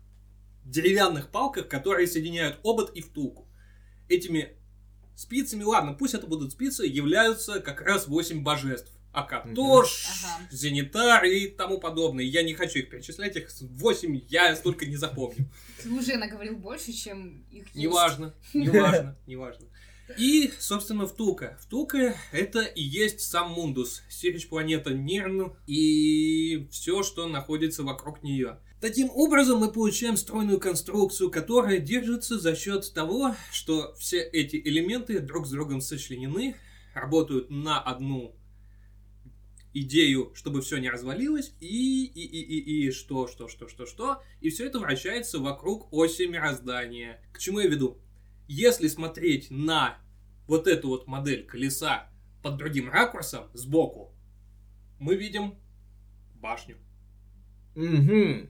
деревянных палках, которые соединяют обод и втулку. Этими спицами, ладно, пусть это будут спицы, являются как раз восемь божеств. Акатош, Ага. Зенитар и тому подобное. Я не хочу их перечислять, их восемь я столько не запомню. Ты уже наговорил больше, чем их есть. Неважно, неважно, неважно. И, собственно, втулка. Втулка — это и есть сам Мундус, сирич планета Нирн и все, что находится вокруг нее. Таким образом, мы получаем стройную конструкцию, которая держится за счет того, что все эти элементы друг с другом сочленены, работают на одну идею, чтобы все не развалилось, и, и, и, и, и что, что, что, что, что, и все это вращается вокруг оси мироздания. К чему я веду? Если смотреть на вот эту вот модель колеса под другим ракурсом, сбоку, мы видим башню. Угу.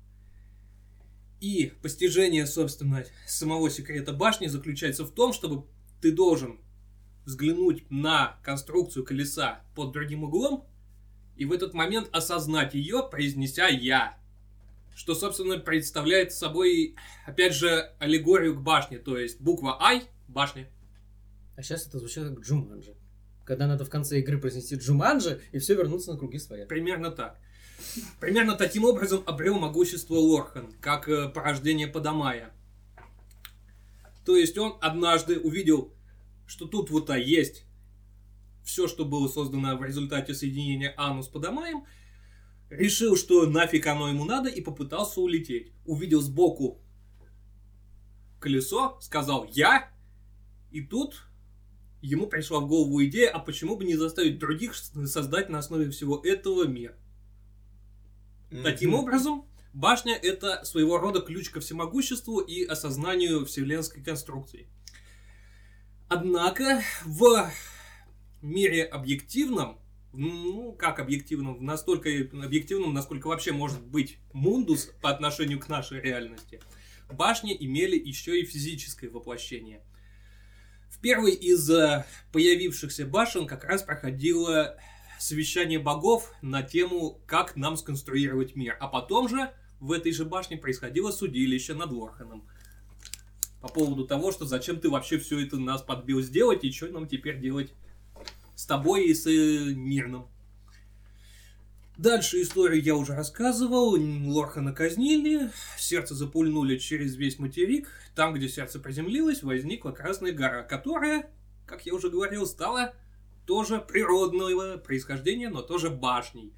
И постижение, собственно, самого секрета башни заключается в том, чтобы ты должен взглянуть на конструкцию колеса под другим углом и в этот момент осознать ее, произнеся «я». Что, собственно, представляет собой, опять же, аллегорию к башне. То есть буква «I» — башня. А сейчас это звучит как Джуманджи. Когда надо в конце игры произнести Джуманджи, и все вернуться на круги своя. Примерно так. Примерно таким образом обрел могущество Лорхан, как э, порождение Падамая. То есть он однажды увидел, что тут вот а есть все, что было создано в результате соединения Ану с Падамаем, решил, что нафиг оно ему надо, и попытался улететь. Увидел сбоку колесо, сказал «я», и тут ему пришла в голову идея, а почему бы не заставить других создать на основе всего этого мир. Таким образом, башня — это своего рода ключ ко всемогуществу и осознанию вселенской конструкции. Однако в мире объективном, ну как объективном, настолько объективном, насколько вообще может быть мундус по отношению к нашей реальности, башни имели еще и физическое воплощение. В первой из появившихся башен как раз проходило совещание богов на тему, как нам сконструировать мир. А потом же в этой же башне происходило судилище над Лорханом. По поводу того, что зачем ты вообще все это нас подбил сделать, и что нам теперь делать с тобой и с э, Мирном. Дальше историю я уже рассказывал. Лорхана казнили, сердце запульнули через весь материк. Там, где сердце приземлилось, возникла Красная гора, которая, как я уже говорил, стала тоже природного происхождения, но тоже башней.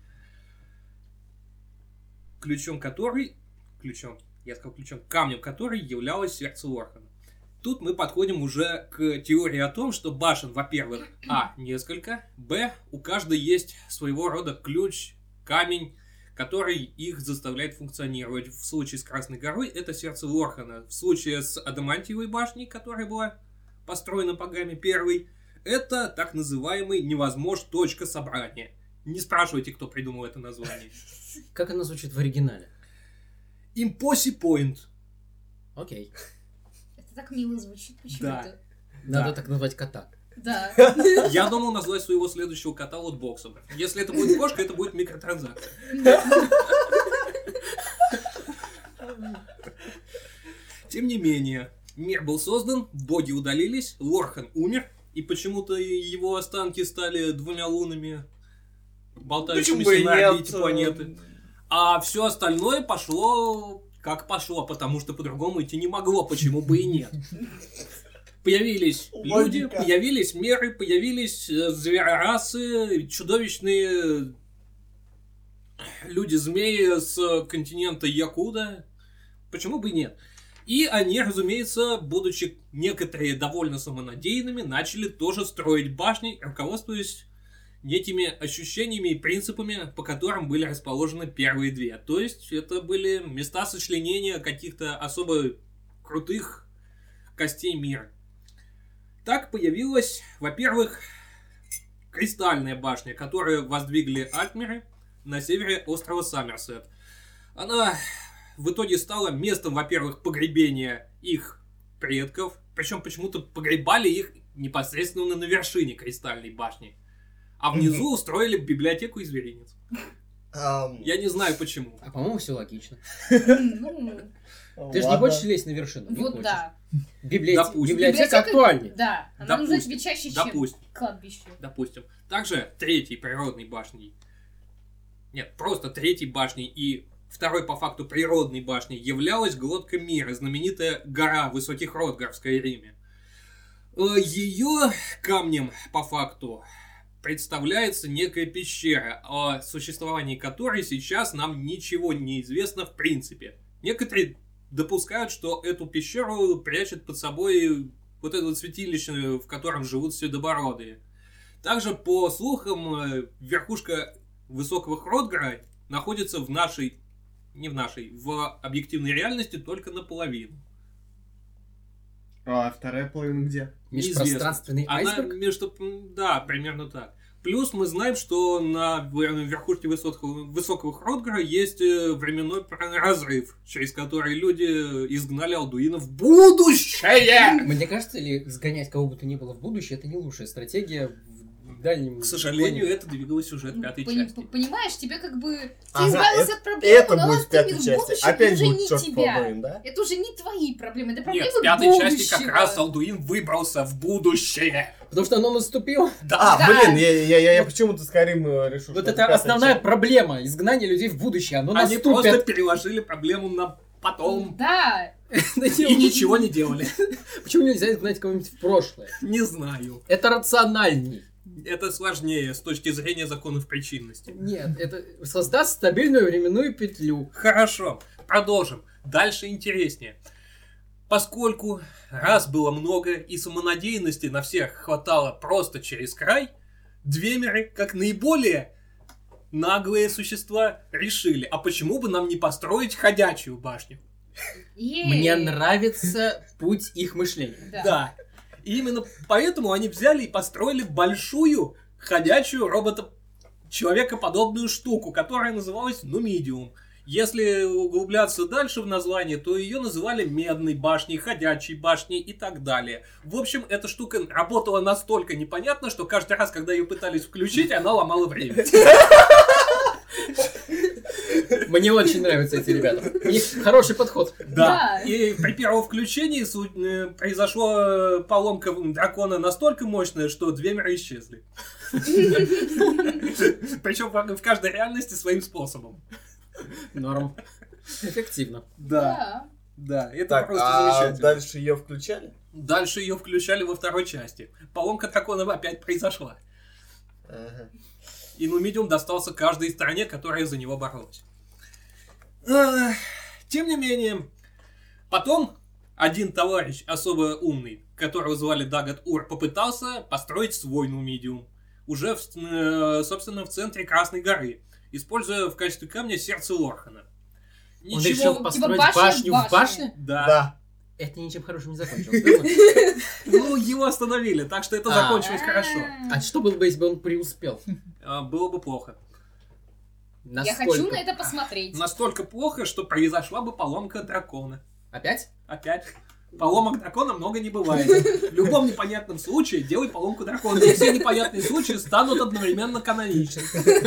Ключом которой... Ключом, я сказал ключом. Камнем которой являлось сердце Лорхана. Тут мы подходим уже к теории о том, что башен, во-первых, а, несколько, б, у каждой есть своего рода ключ, камень, который их заставляет функционировать. В случае с Красной горой это сердце Лорхана. В случае с Адамантиевой башней, которая была построена богами первой, это так называемый невозможно точка собрания. Не спрашивайте, кто придумал это название. Как оно звучит в оригинале? Impossible Point. Окей. Это так мило звучит почему-то. Да. Надо Да. так назвать кота. Да. Я думал назвать своего следующего кота лотбоксом. Если это будет кошка, это будет микротранзакция. Тем не менее, мир был создан, боги удалились, Лорхан умер, и почему-то его останки стали двумя лунами, болтающимися на орбите планеты. А все остальное пошло как пошло, потому что по-другому идти не могло, почему бы и нет. Появились люди, Логика. появились меры, появились э, зверорасы, чудовищные люди-змеи с континента Якуда. Почему бы и нет? И они, разумеется, будучи некоторые довольно самонадеянными, начали тоже строить башни, руководствуясь некими ощущениями и принципами, по которым были расположены первые две. То есть это были места сочленения каких-то особо крутых костей мира. Так появилась, во-первых, Кристальная башня, которую воздвигли Альтмеры на севере острова Саммерсет. Она в итоге стала местом, во-первых, погребения их предков, причем почему-то погребали их непосредственно на вершине Кристальной башни, а внизу устроили библиотеку и зверинец. Ам, Я не знаю почему. А по-моему, все логично. Ну, Ты же не ладно. хочешь лезть на вершину? Не вот хочешь. да. Библиотека, Допустим. библиотека Библиотека- актуальнее. Да. Она нужна Допустим. тебе чаще, чем Допустим. кладбище. Допустим. Также третьей природной башней, нет, просто третьей башней и второй по факту природной башней являлась глотка мира, знаменитая гора Высоких Ротгар в Скайриме. Ее камнем по факту представляется некая пещера, о существовании которой сейчас нам ничего не известно в принципе. Некоторые допускают, что эту пещеру прячет под собой вот это вот святилище, в котором живут седобородые. Также, по слухам, э, верхушка Высокого Хротгара находится в нашей, не в нашей, в объективной реальности только наполовину. А вторая половина где? Межпространственный Она айсберг? между... Да, примерно так. Плюс мы знаем, что на верхушке высокого, высокого Хротгара есть временной разрыв, через который люди изгнали Алдуина в будущее! Мне кажется, или сгонять кого бы то ни было в будущее, это не лучшая стратегия в дальнем... К сожалению, плане. это двигалось уже в пятой Пони- части. Понимаешь, тебе как бы... Ты Ага, избавился это- от проблемы, Это но будет в пятой наступит части. будущее, Опять уже будет не черт тебя. Алдуин, да? Это уже не твои проблемы, это проблемы Нет, в пятой части как будущего. раз Алдуин выбрался в будущее. Потому что оно наступило. Да. А, Да. блин, я, я, я, я почему-то Скайрим э, решил, Вот что это пятая основная часть. проблема. Изгнание людей в будущее. Оно Они наступит. просто переложили проблему на потом Да, и ничего не делали. Почему нельзя изгнать кого-нибудь в прошлое? Не знаю. Это рациональней. Это сложнее с точки зрения законов причинности. Нет, это создаст стабильную временную петлю. Хорошо, продолжим. Дальше интереснее. Поскольку раз было много и самонадеянности на всех хватало просто через край, Двемеры, как наиболее наглые существа, решили, а почему бы нам не построить ходячую башню? Ей. Мне нравится путь их мышления. Да. Да. И именно поэтому они взяли и построили большую ходячую робота человекоподобную штуку, которая называлась Нумидиум. Если углубляться дальше в название, то ее называли медной башней, ходячей башней и так далее. В общем, эта штука работала настолько непонятно, что каждый раз, когда ее пытались включить, она ломала время. Мне очень нравятся эти ребята. У них хороший подход. Да. Да. И при первом включении су- э, произошла поломка дракона настолько мощная, что Двемеры исчезли. Причем в каждой реальности своим способом. Норм. Эффективно. Да. Да, это Так, просто а замечательно. дальше ее включали? Дальше ее включали во второй части. Поломка дракона опять произошла. Ага. И Нумидиум достался каждой стране, которая за него боролась. Ах, Тем не менее, потом один товарищ особо умный, которого звали Дагат Ур, попытался построить свой Нумидиум. Уже, в, э, собственно, в центре Красной горы, используя в качестве камня сердце Лорхана. Он Ничего... решил типа построить башня в башню в башне. башне? Да. Да. Это ничем хорошим не закончилось. верно? Ну, его остановили, так что это А. закончилось хорошо. А что было бы, если бы он преуспел? А, Было бы плохо. Я хочу на это посмотреть. Настолько плохо, что произошла бы поломка дракона. Опять? Опять. Поломок дракона много не бывает. В любом непонятном случае делай поломку дракона. И все непонятные случаи станут одновременно каноничными.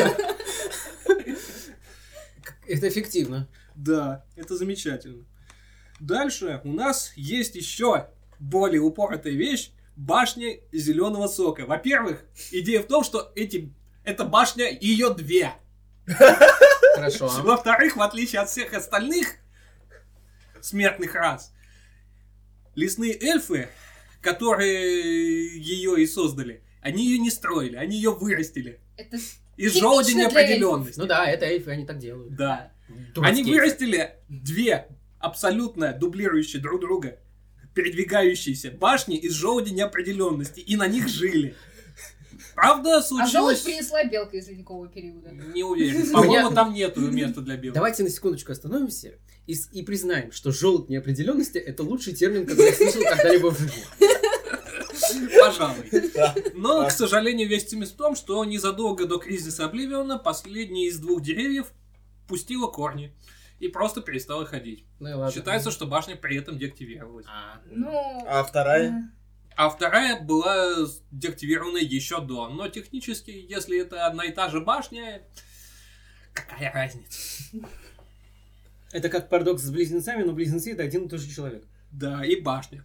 Это эффективно. Да, это замечательно. Дальше у нас есть еще более упоротая вещь. Башня зеленого сока. Во-первых, идея в том, что эти, эта башня, ее две. Хорошо. Во-вторых, в отличие от всех остальных смертных рас, лесные эльфы, которые ее и создали, они ее не строили, они ее вырастили. Это Из Типично желуди для неопределенности. Ну да, это эльфы, они так делают. Да. Дурацкие Они эльфы. вырастили две абсолютно дублирующие друг друга передвигающиеся башни из желуди неопределенности, и на них жили. Правда, А желудь случилось... принесла белка из ледникового периода. Не уверен. По-моему, там нету места для белых. Давайте на секундочку остановимся и, с- и признаем, что желудь неопределенности это лучший термин, который я слышал когда-либо в жизни. Пожалуй. Да. Но, Да. к сожалению, весь цимис в том, что незадолго до кризиса Обливиона последний из двух деревьев пустила корни и просто перестала ходить. Ну и ладно. Считается, что башня при этом деактивировалась. А, Ну... А вторая? А вторая была деактивирована еще до. Но технически, если это одна и та же башня, какая разница? Это как парадокс с близнецами, но близнецы это один и тот же человек. Да, и башня.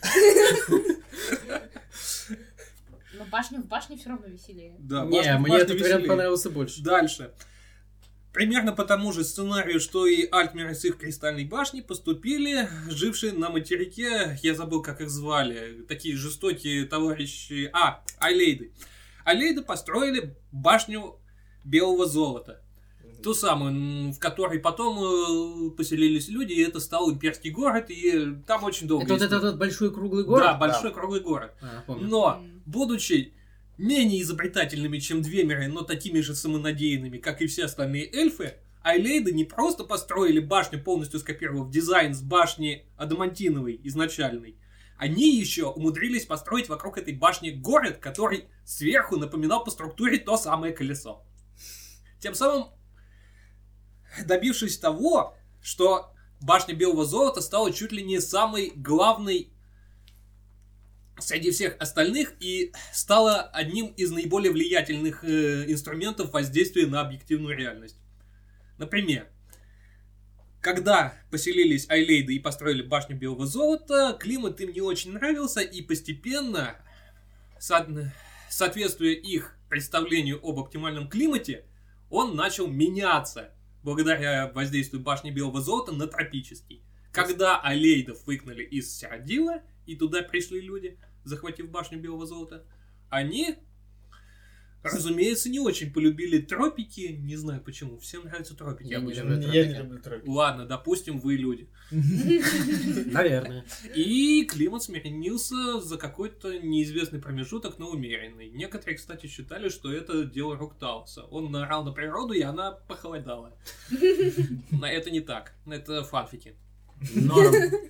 Но башня в башне все равно веселее. Да, не, башня в мне башне этот вариант веселее. понравился больше. Дальше. Примерно по тому же сценарию, что и Альтмеры с их Кристальной башней, поступили жившие на материке, я забыл, как их звали, такие жестокие товарищи... А, Айлейды. Айлейды построили башню белого золота. Ту самую, м, в которой потом э, поселились люди, и это стал имперский город, и там очень долго... Это вот история. этот вот большой круглый город? Да, большой круглый город. А, помню. Но, М. будучи менее изобретательными, чем Двемеры, но такими же самонадеянными, как и все остальные эльфы, Айлейды не просто построили башню, полностью скопировав дизайн с башни Адамантиновой изначальной, они еще умудрились построить вокруг этой башни город, который сверху напоминал по структуре то самое колесо. Тем самым добившись того, что башня Белого Золота стала чуть ли не самой главной среди всех остальных и стала одним из наиболее влиятельных э, инструментов воздействия на объективную реальность. Например, когда поселились Айлейды и построили башню Белого Золота, климат им не очень нравился, и постепенно, со- соответствуя их представлению об оптимальном климате, он начал меняться благодаря воздействию башни Белого Золота на тропический. Когда Айлейдов выгнали из Сирадила, и туда пришли люди, захватив башню Белого Золота, они, разумеется, не очень полюбили тропики. Не знаю почему. Всем нравятся тропики. Я не обычно. люблю Я не люблю тропики. Ладно, допустим, вы люди. Наверное. И климат сменился за какой-то неизвестный промежуток на умеренный. Некоторые, кстати, считали, что это дело рук Талоса. Он наорал на природу, и она похолодала. Но это не так. Это фанфики. Норм.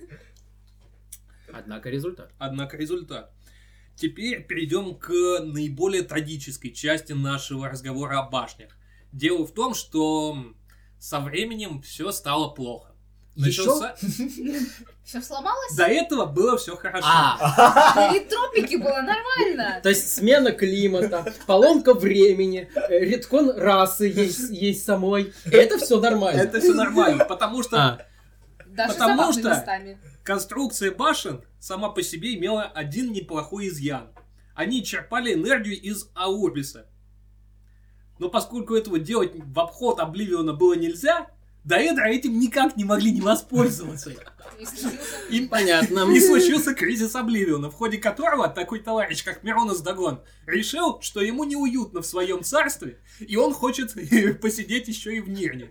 Однако результат. Однако результат. Теперь перейдем к наиболее трагической части нашего разговора о башнях. Дело в том, что со временем все стало плохо. Начался... Все сломалось? До этого было все хорошо. А, Или тропики было нормально? То есть смена климата, поломка времени, э, редкон расы есть, есть самой. Это все нормально. Это все нормально, потому что а, Даже Потому забавными что- местами. конструкция башен сама по себе имела один неплохой изъян. Они черпали энергию из Аурбиса. Но поскольку этого делать в обход Обливиона было нельзя, Даэдра этим никак не могли не воспользоваться. И случился- Им понятно. И случился кризис Обливиона, в ходе которого такой товарищ, как Миронос Дагон, решил, что ему неуютно в своем царстве, и он хочет посидеть еще и в Нирне.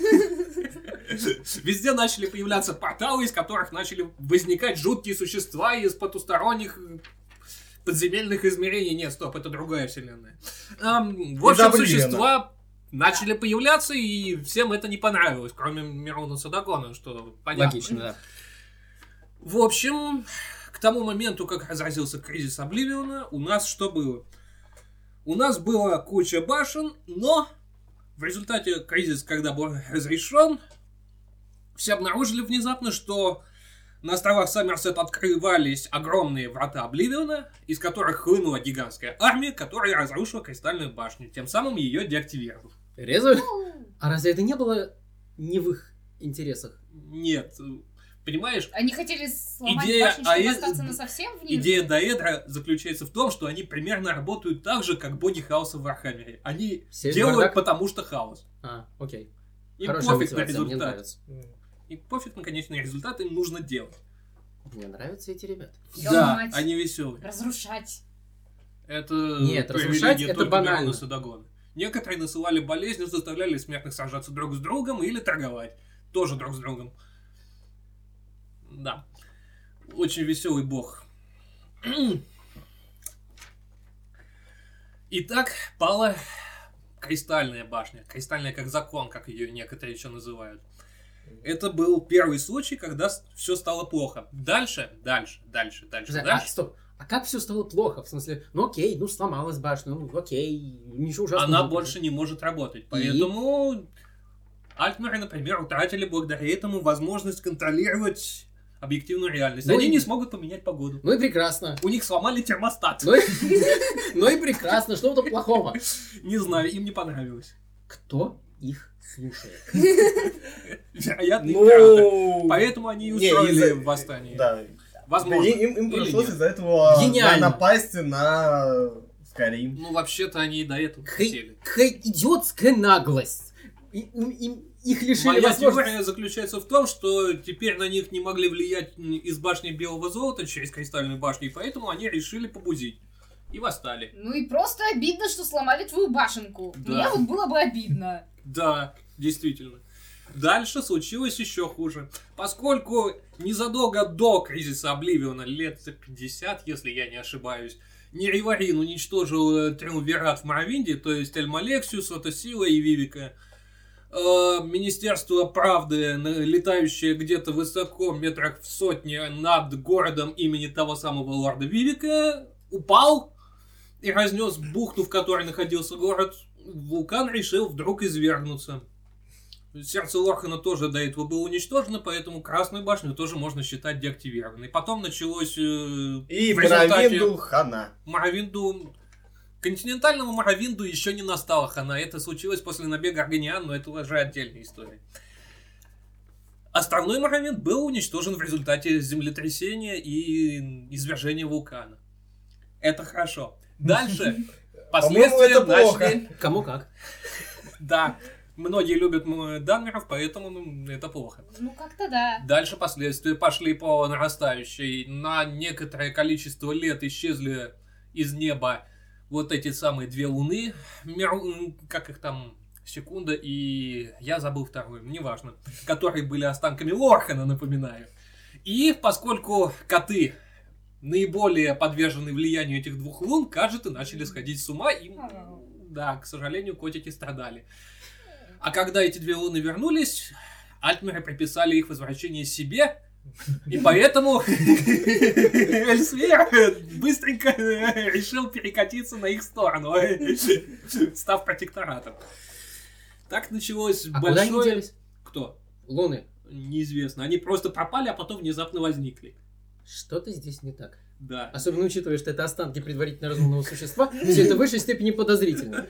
Везде начали появляться порталы, из которых начали возникать жуткие существа из потусторонних подземельных измерений. Нет, стоп, это другая вселенная. Ам, в общем, Обливиона. существа начали появляться, и всем это не понравилось, кроме Мироноса Дагона, что понятно. логично, да. В общем, к тому моменту, как разразился кризис Обливиона, у нас что было? У нас была куча башен, но в результате кризиса, когда был разрешен, все обнаружили внезапно, что на островах Саммерсет открывались огромные врата Обливиона, из которых хлынула гигантская армия, которая разрушила Кристальную башню, тем самым ее деактивировав. Резу? А разве это не было не в их интересах? Нет, понимаешь, Они хотели сломать Идея башню, чтобы АЭС остаться на совсем в ней. идея Даэдра заключается в том, что они примерно работают так же, как боги хаоса в Вархаммере. Они Все делают, бардак? потому что хаос. А, окей. Им Хорошая пофиг на мотивация, мне результат. нравится. Им пофиг на конечный результат, им нужно делать. Мне нравятся эти ребята. Да, Ломать. они веселые. Разрушать. Это Нет, привилегия разрушать это только банально. Мироноса Дагона. Некоторые насылали болезни, заставляли смертных сражаться друг с другом или торговать. Тоже друг с другом. Да. Очень веселый бог. Итак, пала Кристальная башня. Кристальная как закон, как ее некоторые еще называют. Это был первый случай, когда все стало плохо. Дальше, дальше, дальше, дальше, А, дальше. стоп. А как все стало плохо? В смысле, ну окей, ну сломалась башня, ну окей, ничего ужасного. Она не больше не может работать. Поэтому Альтмеры, например, утратили благодаря этому возможность контролировать объективную реальность. Ну Они и- не смогут поменять погоду. Ну и прекрасно. У них сломали термостат. Ну и, ну и прекрасно, что тут плохого? Не знаю, им не понравилось. Кто их слушает? Вероятно, и правда. Ну... Поэтому они и Не, устроили из-за- восстание. Да. Возможно. И- Им, им Или пришлось нет. из-за этого Гениально. на- напасть на Скарим. Ну, вообще-то они и до этого Какая, хотели. какая идиотская наглость. И- им- им- их лишили Моя возможности. теория заключается в том, что теперь на них не могли влиять из башни Белого Золота через Кристальную башню, и поэтому они решили побузить. И восстали. Ну и просто обидно, что сломали твою башенку. Да. Мне вот было бы обидно. Да, действительно. Дальше случилось еще хуже. Поскольку незадолго до кризиса Обливиона, лет за пятьдесят, если я не ошибаюсь, Нериварин уничтожил э, триумвират в Моровинде, то есть Эльмалексиус, Отосила и Вивика. э, Министерство правды, на- летающее где-то высоко, метрах в сотне над городом имени того самого лорда Вивика, упал и разнес бухту, в которой находился город. Вулкан решил вдруг извергнуться. Сердце Лорхана тоже до этого было уничтожено, поэтому Красную башню тоже можно считать деактивированной. Потом началось... э, И в результате Моровинду хана. Моровинду... Континентальному Моровинду еще не настала хана. Это случилось после набега Арганиан, но это уже отдельная история. Основной Моровинд был уничтожен в результате землетрясения и извержения вулкана. Это хорошо. Дальше По-моему, последствия это плохо. начали... Кому как. Да, многие любят м, данмеров, поэтому м, это плохо. Ну, как-то да. Дальше последствия пошли по нарастающей. На некоторое количество лет исчезли из неба вот эти самые две луны. Мер- м, Как их там? Секунда и... Я забыл вторую, неважно. Которые были останками Лорхана, напоминаю. И поскольку коты наиболее подвержены влиянию этих двух лун, кажется, начали сходить с ума. И, да, к сожалению, котики страдали. А когда эти две луны вернулись, Альтмеры приписали их возвращение себе, и поэтому Эльсвер быстренько решил перекатиться на их сторону, став протекторатом. Так началось А куда они большое... делись? Кто? Луны. Неизвестно. Они просто пропали, а потом внезапно возникли. Что-то здесь не так. Да. Особенно учитывая, что это останки предварительно разумного существа, все это в высшей степени подозрительно.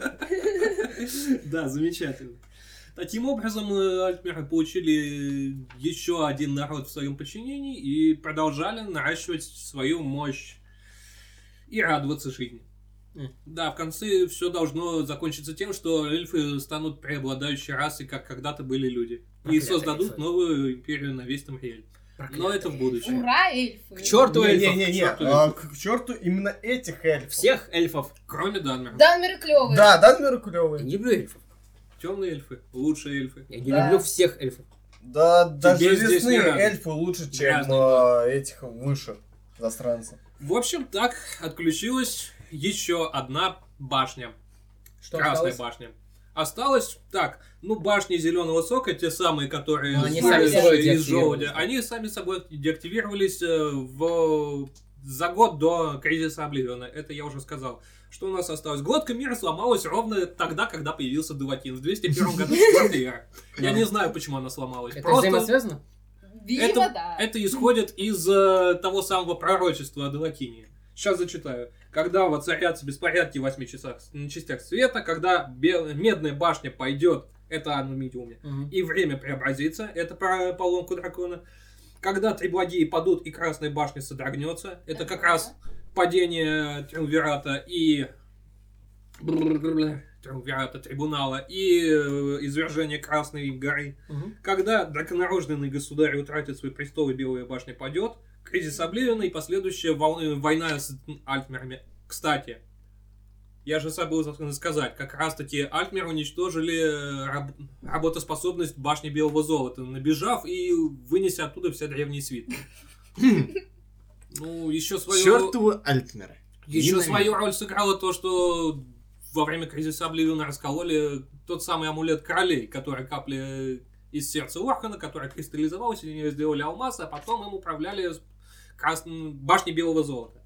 Да, замечательно. Таким образом, э, Альтмеры получили еще один народ в своем подчинении и продолжали наращивать свою мощь и радоваться жизни. М. Да, в конце все должно закончиться тем, что эльфы станут преобладающей расой, как когда-то были люди. И Проклятые создадут эльфы. новую империю на весь Тамриэль. Но это в будущем. Ура, эльфы! К черту эльфов. Не-не-не, к черту а, к черту именно этих эльфов. Всех эльфов. Кроме Данмера. Данмеры клевые. Да, Данмеры Я клевые. не люблю эльфов. Темные эльфы, лучшие эльфы. Я не Да. люблю всех эльфов. Да, даже здесь не лесные рады. эльфы лучше, чем Грязные, а, этих выше застранцев. В общем, так отключилась еще одна башня. Что Красная осталось? башня. Осталось, так, ну, башни зеленого сока, те самые, которые Ну, они выросшие сами собой из деактивировались, желудя, да. они сами собой деактивировались э, в... за год до кризиса Обливиона. Это я уже сказал. Что у нас осталось? Глотка мира сломалась ровно тогда, когда появился Деватин. В двести первом году четвёртой эры. Я не знаю, почему она сломалась. Это Просто взаимосвязано? Видимо, это, да. это исходит из э, того самого пророчества о Деватине. Сейчас зачитаю. Когда воцарятся беспорядки в восьми часах, на частях света, когда бел- медная башня пойдет, это оно медиуме, Мгм. и время преобразится, это про поломку дракона. Когда три благие падут и Красная башня содрогнется, это как раз падение Триумвирата и... Триумвирата, трибунала и э, извержение Красной горы. Мгм. Когда драконорожденный государь утратит свой престол и Белая башня падет, кризис Обливиона и последующая вол- война с Альтмерами. Кстати, я же забыл сказать, как раз таки Альтмеры уничтожили э, раб- работоспособность башни Белого Золота, набежав и вынеся оттуда все древние свитки. Ну, еще свою... Чертовы Альтмеры. Еще Ненавижу. свою роль сыграло то, что во время кризиса Обливиона раскололи тот самый амулет королей, который капли из сердца Лорхана, который кристаллизовался, из нее сделали алмаз, а потом им управляли красным... башней Белого Золота.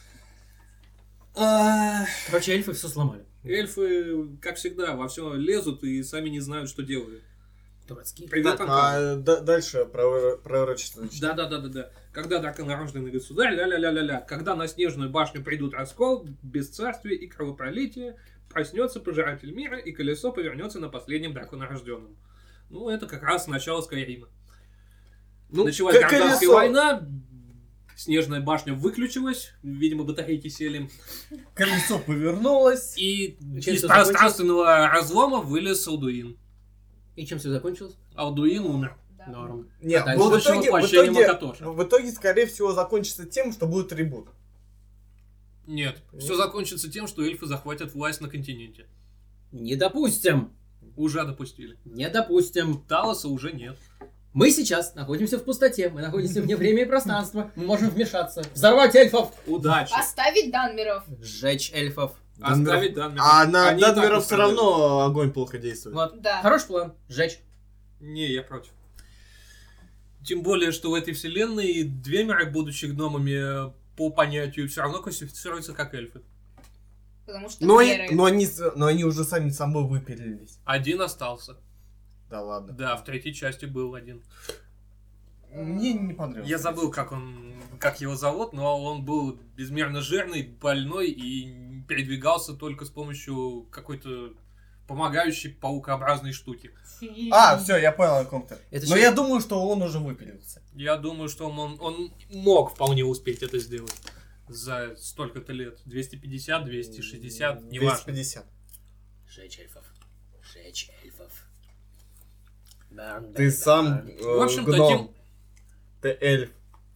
А, Короче, эльфы все сломали. Эльфы, как всегда, во все лезут и сами не знают, что делают. Дурацкие. Привет, Так, Анкар. а д- дальше про пророчество. Да, да, да, да, да. Когда драконорожденный государь, ля-ля-ля-ля-ля. Когда на снежную башню придут раскол, бесцарствие и кровопролитие, проснется пожиратель мира, и колесо повернется на последнем драконорожденном. Ну, это как раз начало Скайрима. Ну, Началась как гражданская колесо. война, снежная башня выключилась, видимо, батарейки сели, Колесо повернулось. и Чем из всё пространственного разлома вылез Алдуин. И чем все закончилось? Алдуин умер. Да. Норм. Нет, А ну, в дальше итоге, в, воплощение итоге, Макатоша. в итоге, скорее всего, закончится тем, что будет ребут. Нет, все закончится тем, что эльфы захватят власть на континенте. Не допустим. Уже допустили. Не допустим. Талоса уже нет. Мы сейчас находимся в пустоте. Мы находимся вне времени и пространства. Мы можем вмешаться. Взорвать эльфов. Удачи. Оставить Данмеров. Сжечь эльфов. Оставить Данмеров. А на Они и так Данмеров все пострадали. равно огонь плохо действует. Вот. Да. Хороший план. Сжечь. Не, я против. Тем более, что в этой вселенной Двемеры, будучи гномами, по понятию, все равно классифицируются как эльфы. Потому что Но, веры. и- но, они, с- но они уже сами собой выпилились. Один остался. Да ладно. Да, в третьей части был один. Мне не понравилось. Я забыл, как он, как его зовут, но он был безмерно жирный, больной и передвигался только с помощью какой-то помогающей паукообразной штуки. А, все, я понял о ком-то. Это Но щас- я думаю, что он уже выпилился. Я думаю, что он, он мог вполне успеть это сделать за столько-то лет. двести пятьдесят, двести шестьдесят, неважно. двести пятьдесят. Сжечь эльфов. Сжечь эльфов. Burn Ты them, сам burn. э, В общем, гном. таким, Ты эльф.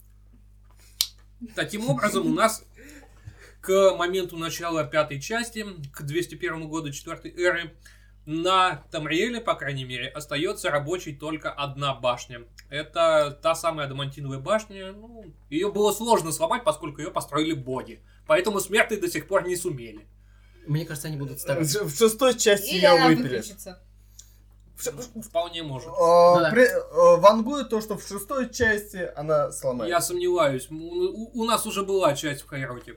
таким образом у нас к моменту начала пятой части, к двести первому году четвертой эры, на Тамриэле, по крайней мере, остается рабочей только одна башня. Это та самая адамантиновая башня. Ну, ее было сложно сломать, поскольку ее построили боги. Поэтому смертные до сих пор не сумели. Мне кажется, они будут стараться. В шестой части Или ее она выпилят. выключится. Вполне может. Э, да. при- э, Вангую то, что в шестой части она Я сломается. сомневаюсь. У, у- у нас уже была часть в Хайроке.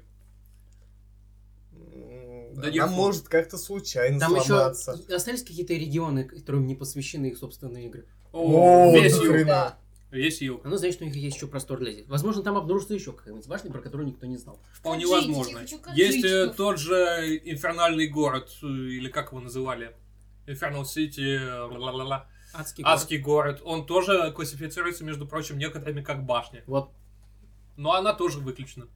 М, Да Она не факт. может как-то случайно Там сломаться. еще остались какие-то регионы, которым не посвящены их собственные игры. О, О, весь до юг. хрена. Весь юг. Оно значит, что у них есть еще простор лезет. Возможно, там обнаружится еще какая-нибудь башня, про которую никто не знал. Вполне Каджитики, возможно. хочу Есть э, каджитиков. тот же инфернальный город, э, или как его называли? Infernal City, э, ла-ла-ла-ла. Адский город. Адский город. Он тоже классифицируется, между прочим, некоторыми как башня. Вот. Но она тоже выключена.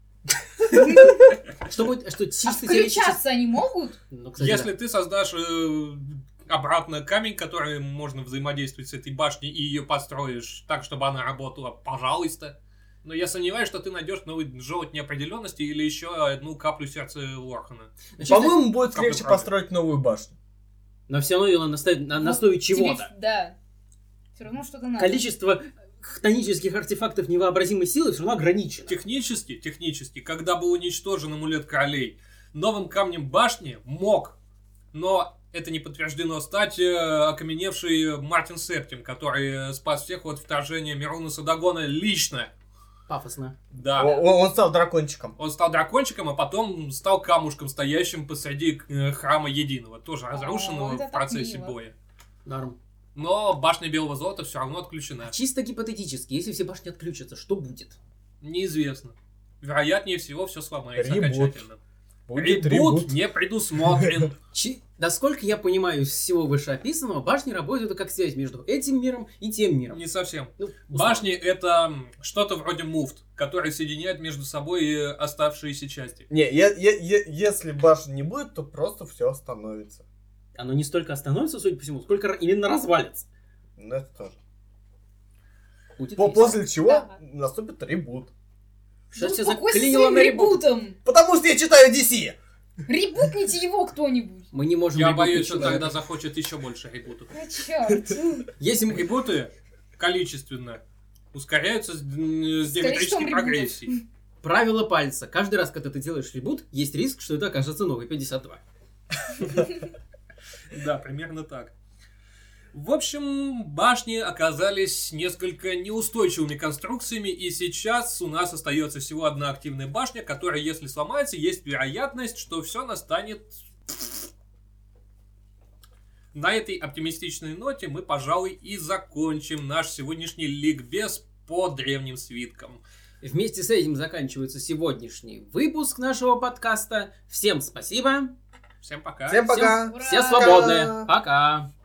Что будет, что А чисто теоретически... включаться они могут? Ну, кстати, Если да. ты создашь э, обратно камень, который можно взаимодействовать с этой башней, и ее построишь так, чтобы она работала, пожалуйста. Но я сомневаюсь, что ты найдешь новый желудь неопределенности или еще одну каплю сердца Лорхана. Ну, чисто- По-моему, будет Правда, легче правда. построить новую башню. Но все равно ее надо ставить на, на основе Тебе- чего-то. Да. Все равно что-то надо. Количество хтонических артефактов невообразимой силы все равно ограничено. Технически, технически, когда был уничтожен амулет королей, новым камнем башни мог, но это не подтверждено, стать э, окаменевший Мартин Септим, который спас всех от вторжения Мирунуса Дагона лично. Пафосно. Да. О- о- Он стал дракончиком. Он стал дракончиком, а потом стал камушком, стоящим посреди э, храма Единого, тоже разрушенного это в так процессе мило. боя. Норм. Но башня Белого Золота все равно отключена. Чисто гипотетически, если все башни отключатся, что будет? Неизвестно. Вероятнее всего, все сломается Ребут. окончательно. Будет Ребут ребут. не предусмотрен. Чи- Насколько я понимаю из всего вышеописанного, башни работают как связь между этим миром и тем миром. Не совсем. Ну, условно. Башни — это что-то вроде муфт, который соединяет между собой и оставшиеся части. Не, я- я- я- если башни не будет, то просто все остановится. Оно не столько остановится, судя по всему, сколько ра- именно развалится. Ну, это тоже. Будет По- весело. После чего Да. наступит ребут. Сейчас Ну, тебя успокойся заклинило своим на ребут. ребутом. Потому что я читаю ди си. Ребутните его кто-нибудь. Мы не можем Я ребутнуть боюсь, что человека. тогда захочет еще больше ребутов. А черт. Если мы... Ребуты количественно ускоряются с, м, с геометрической количеством ребутов. прогрессией. Правило пальца. Каждый раз, когда ты делаешь ребут, есть риск, что это окажется новый пятьдесят два. Да, примерно так. В общем, башни оказались несколько неустойчивыми конструкциями, и сейчас у нас остается всего одна активная башня, которая, если сломается, есть вероятность, что все настанет... На этой оптимистичной ноте мы, пожалуй, и закончим наш сегодняшний ликбез по древним свиткам. Вместе с этим заканчивается сегодняшний выпуск нашего подкаста. Всем спасибо. Всем пока. Всем пока. Ура! Все свободны. Пока.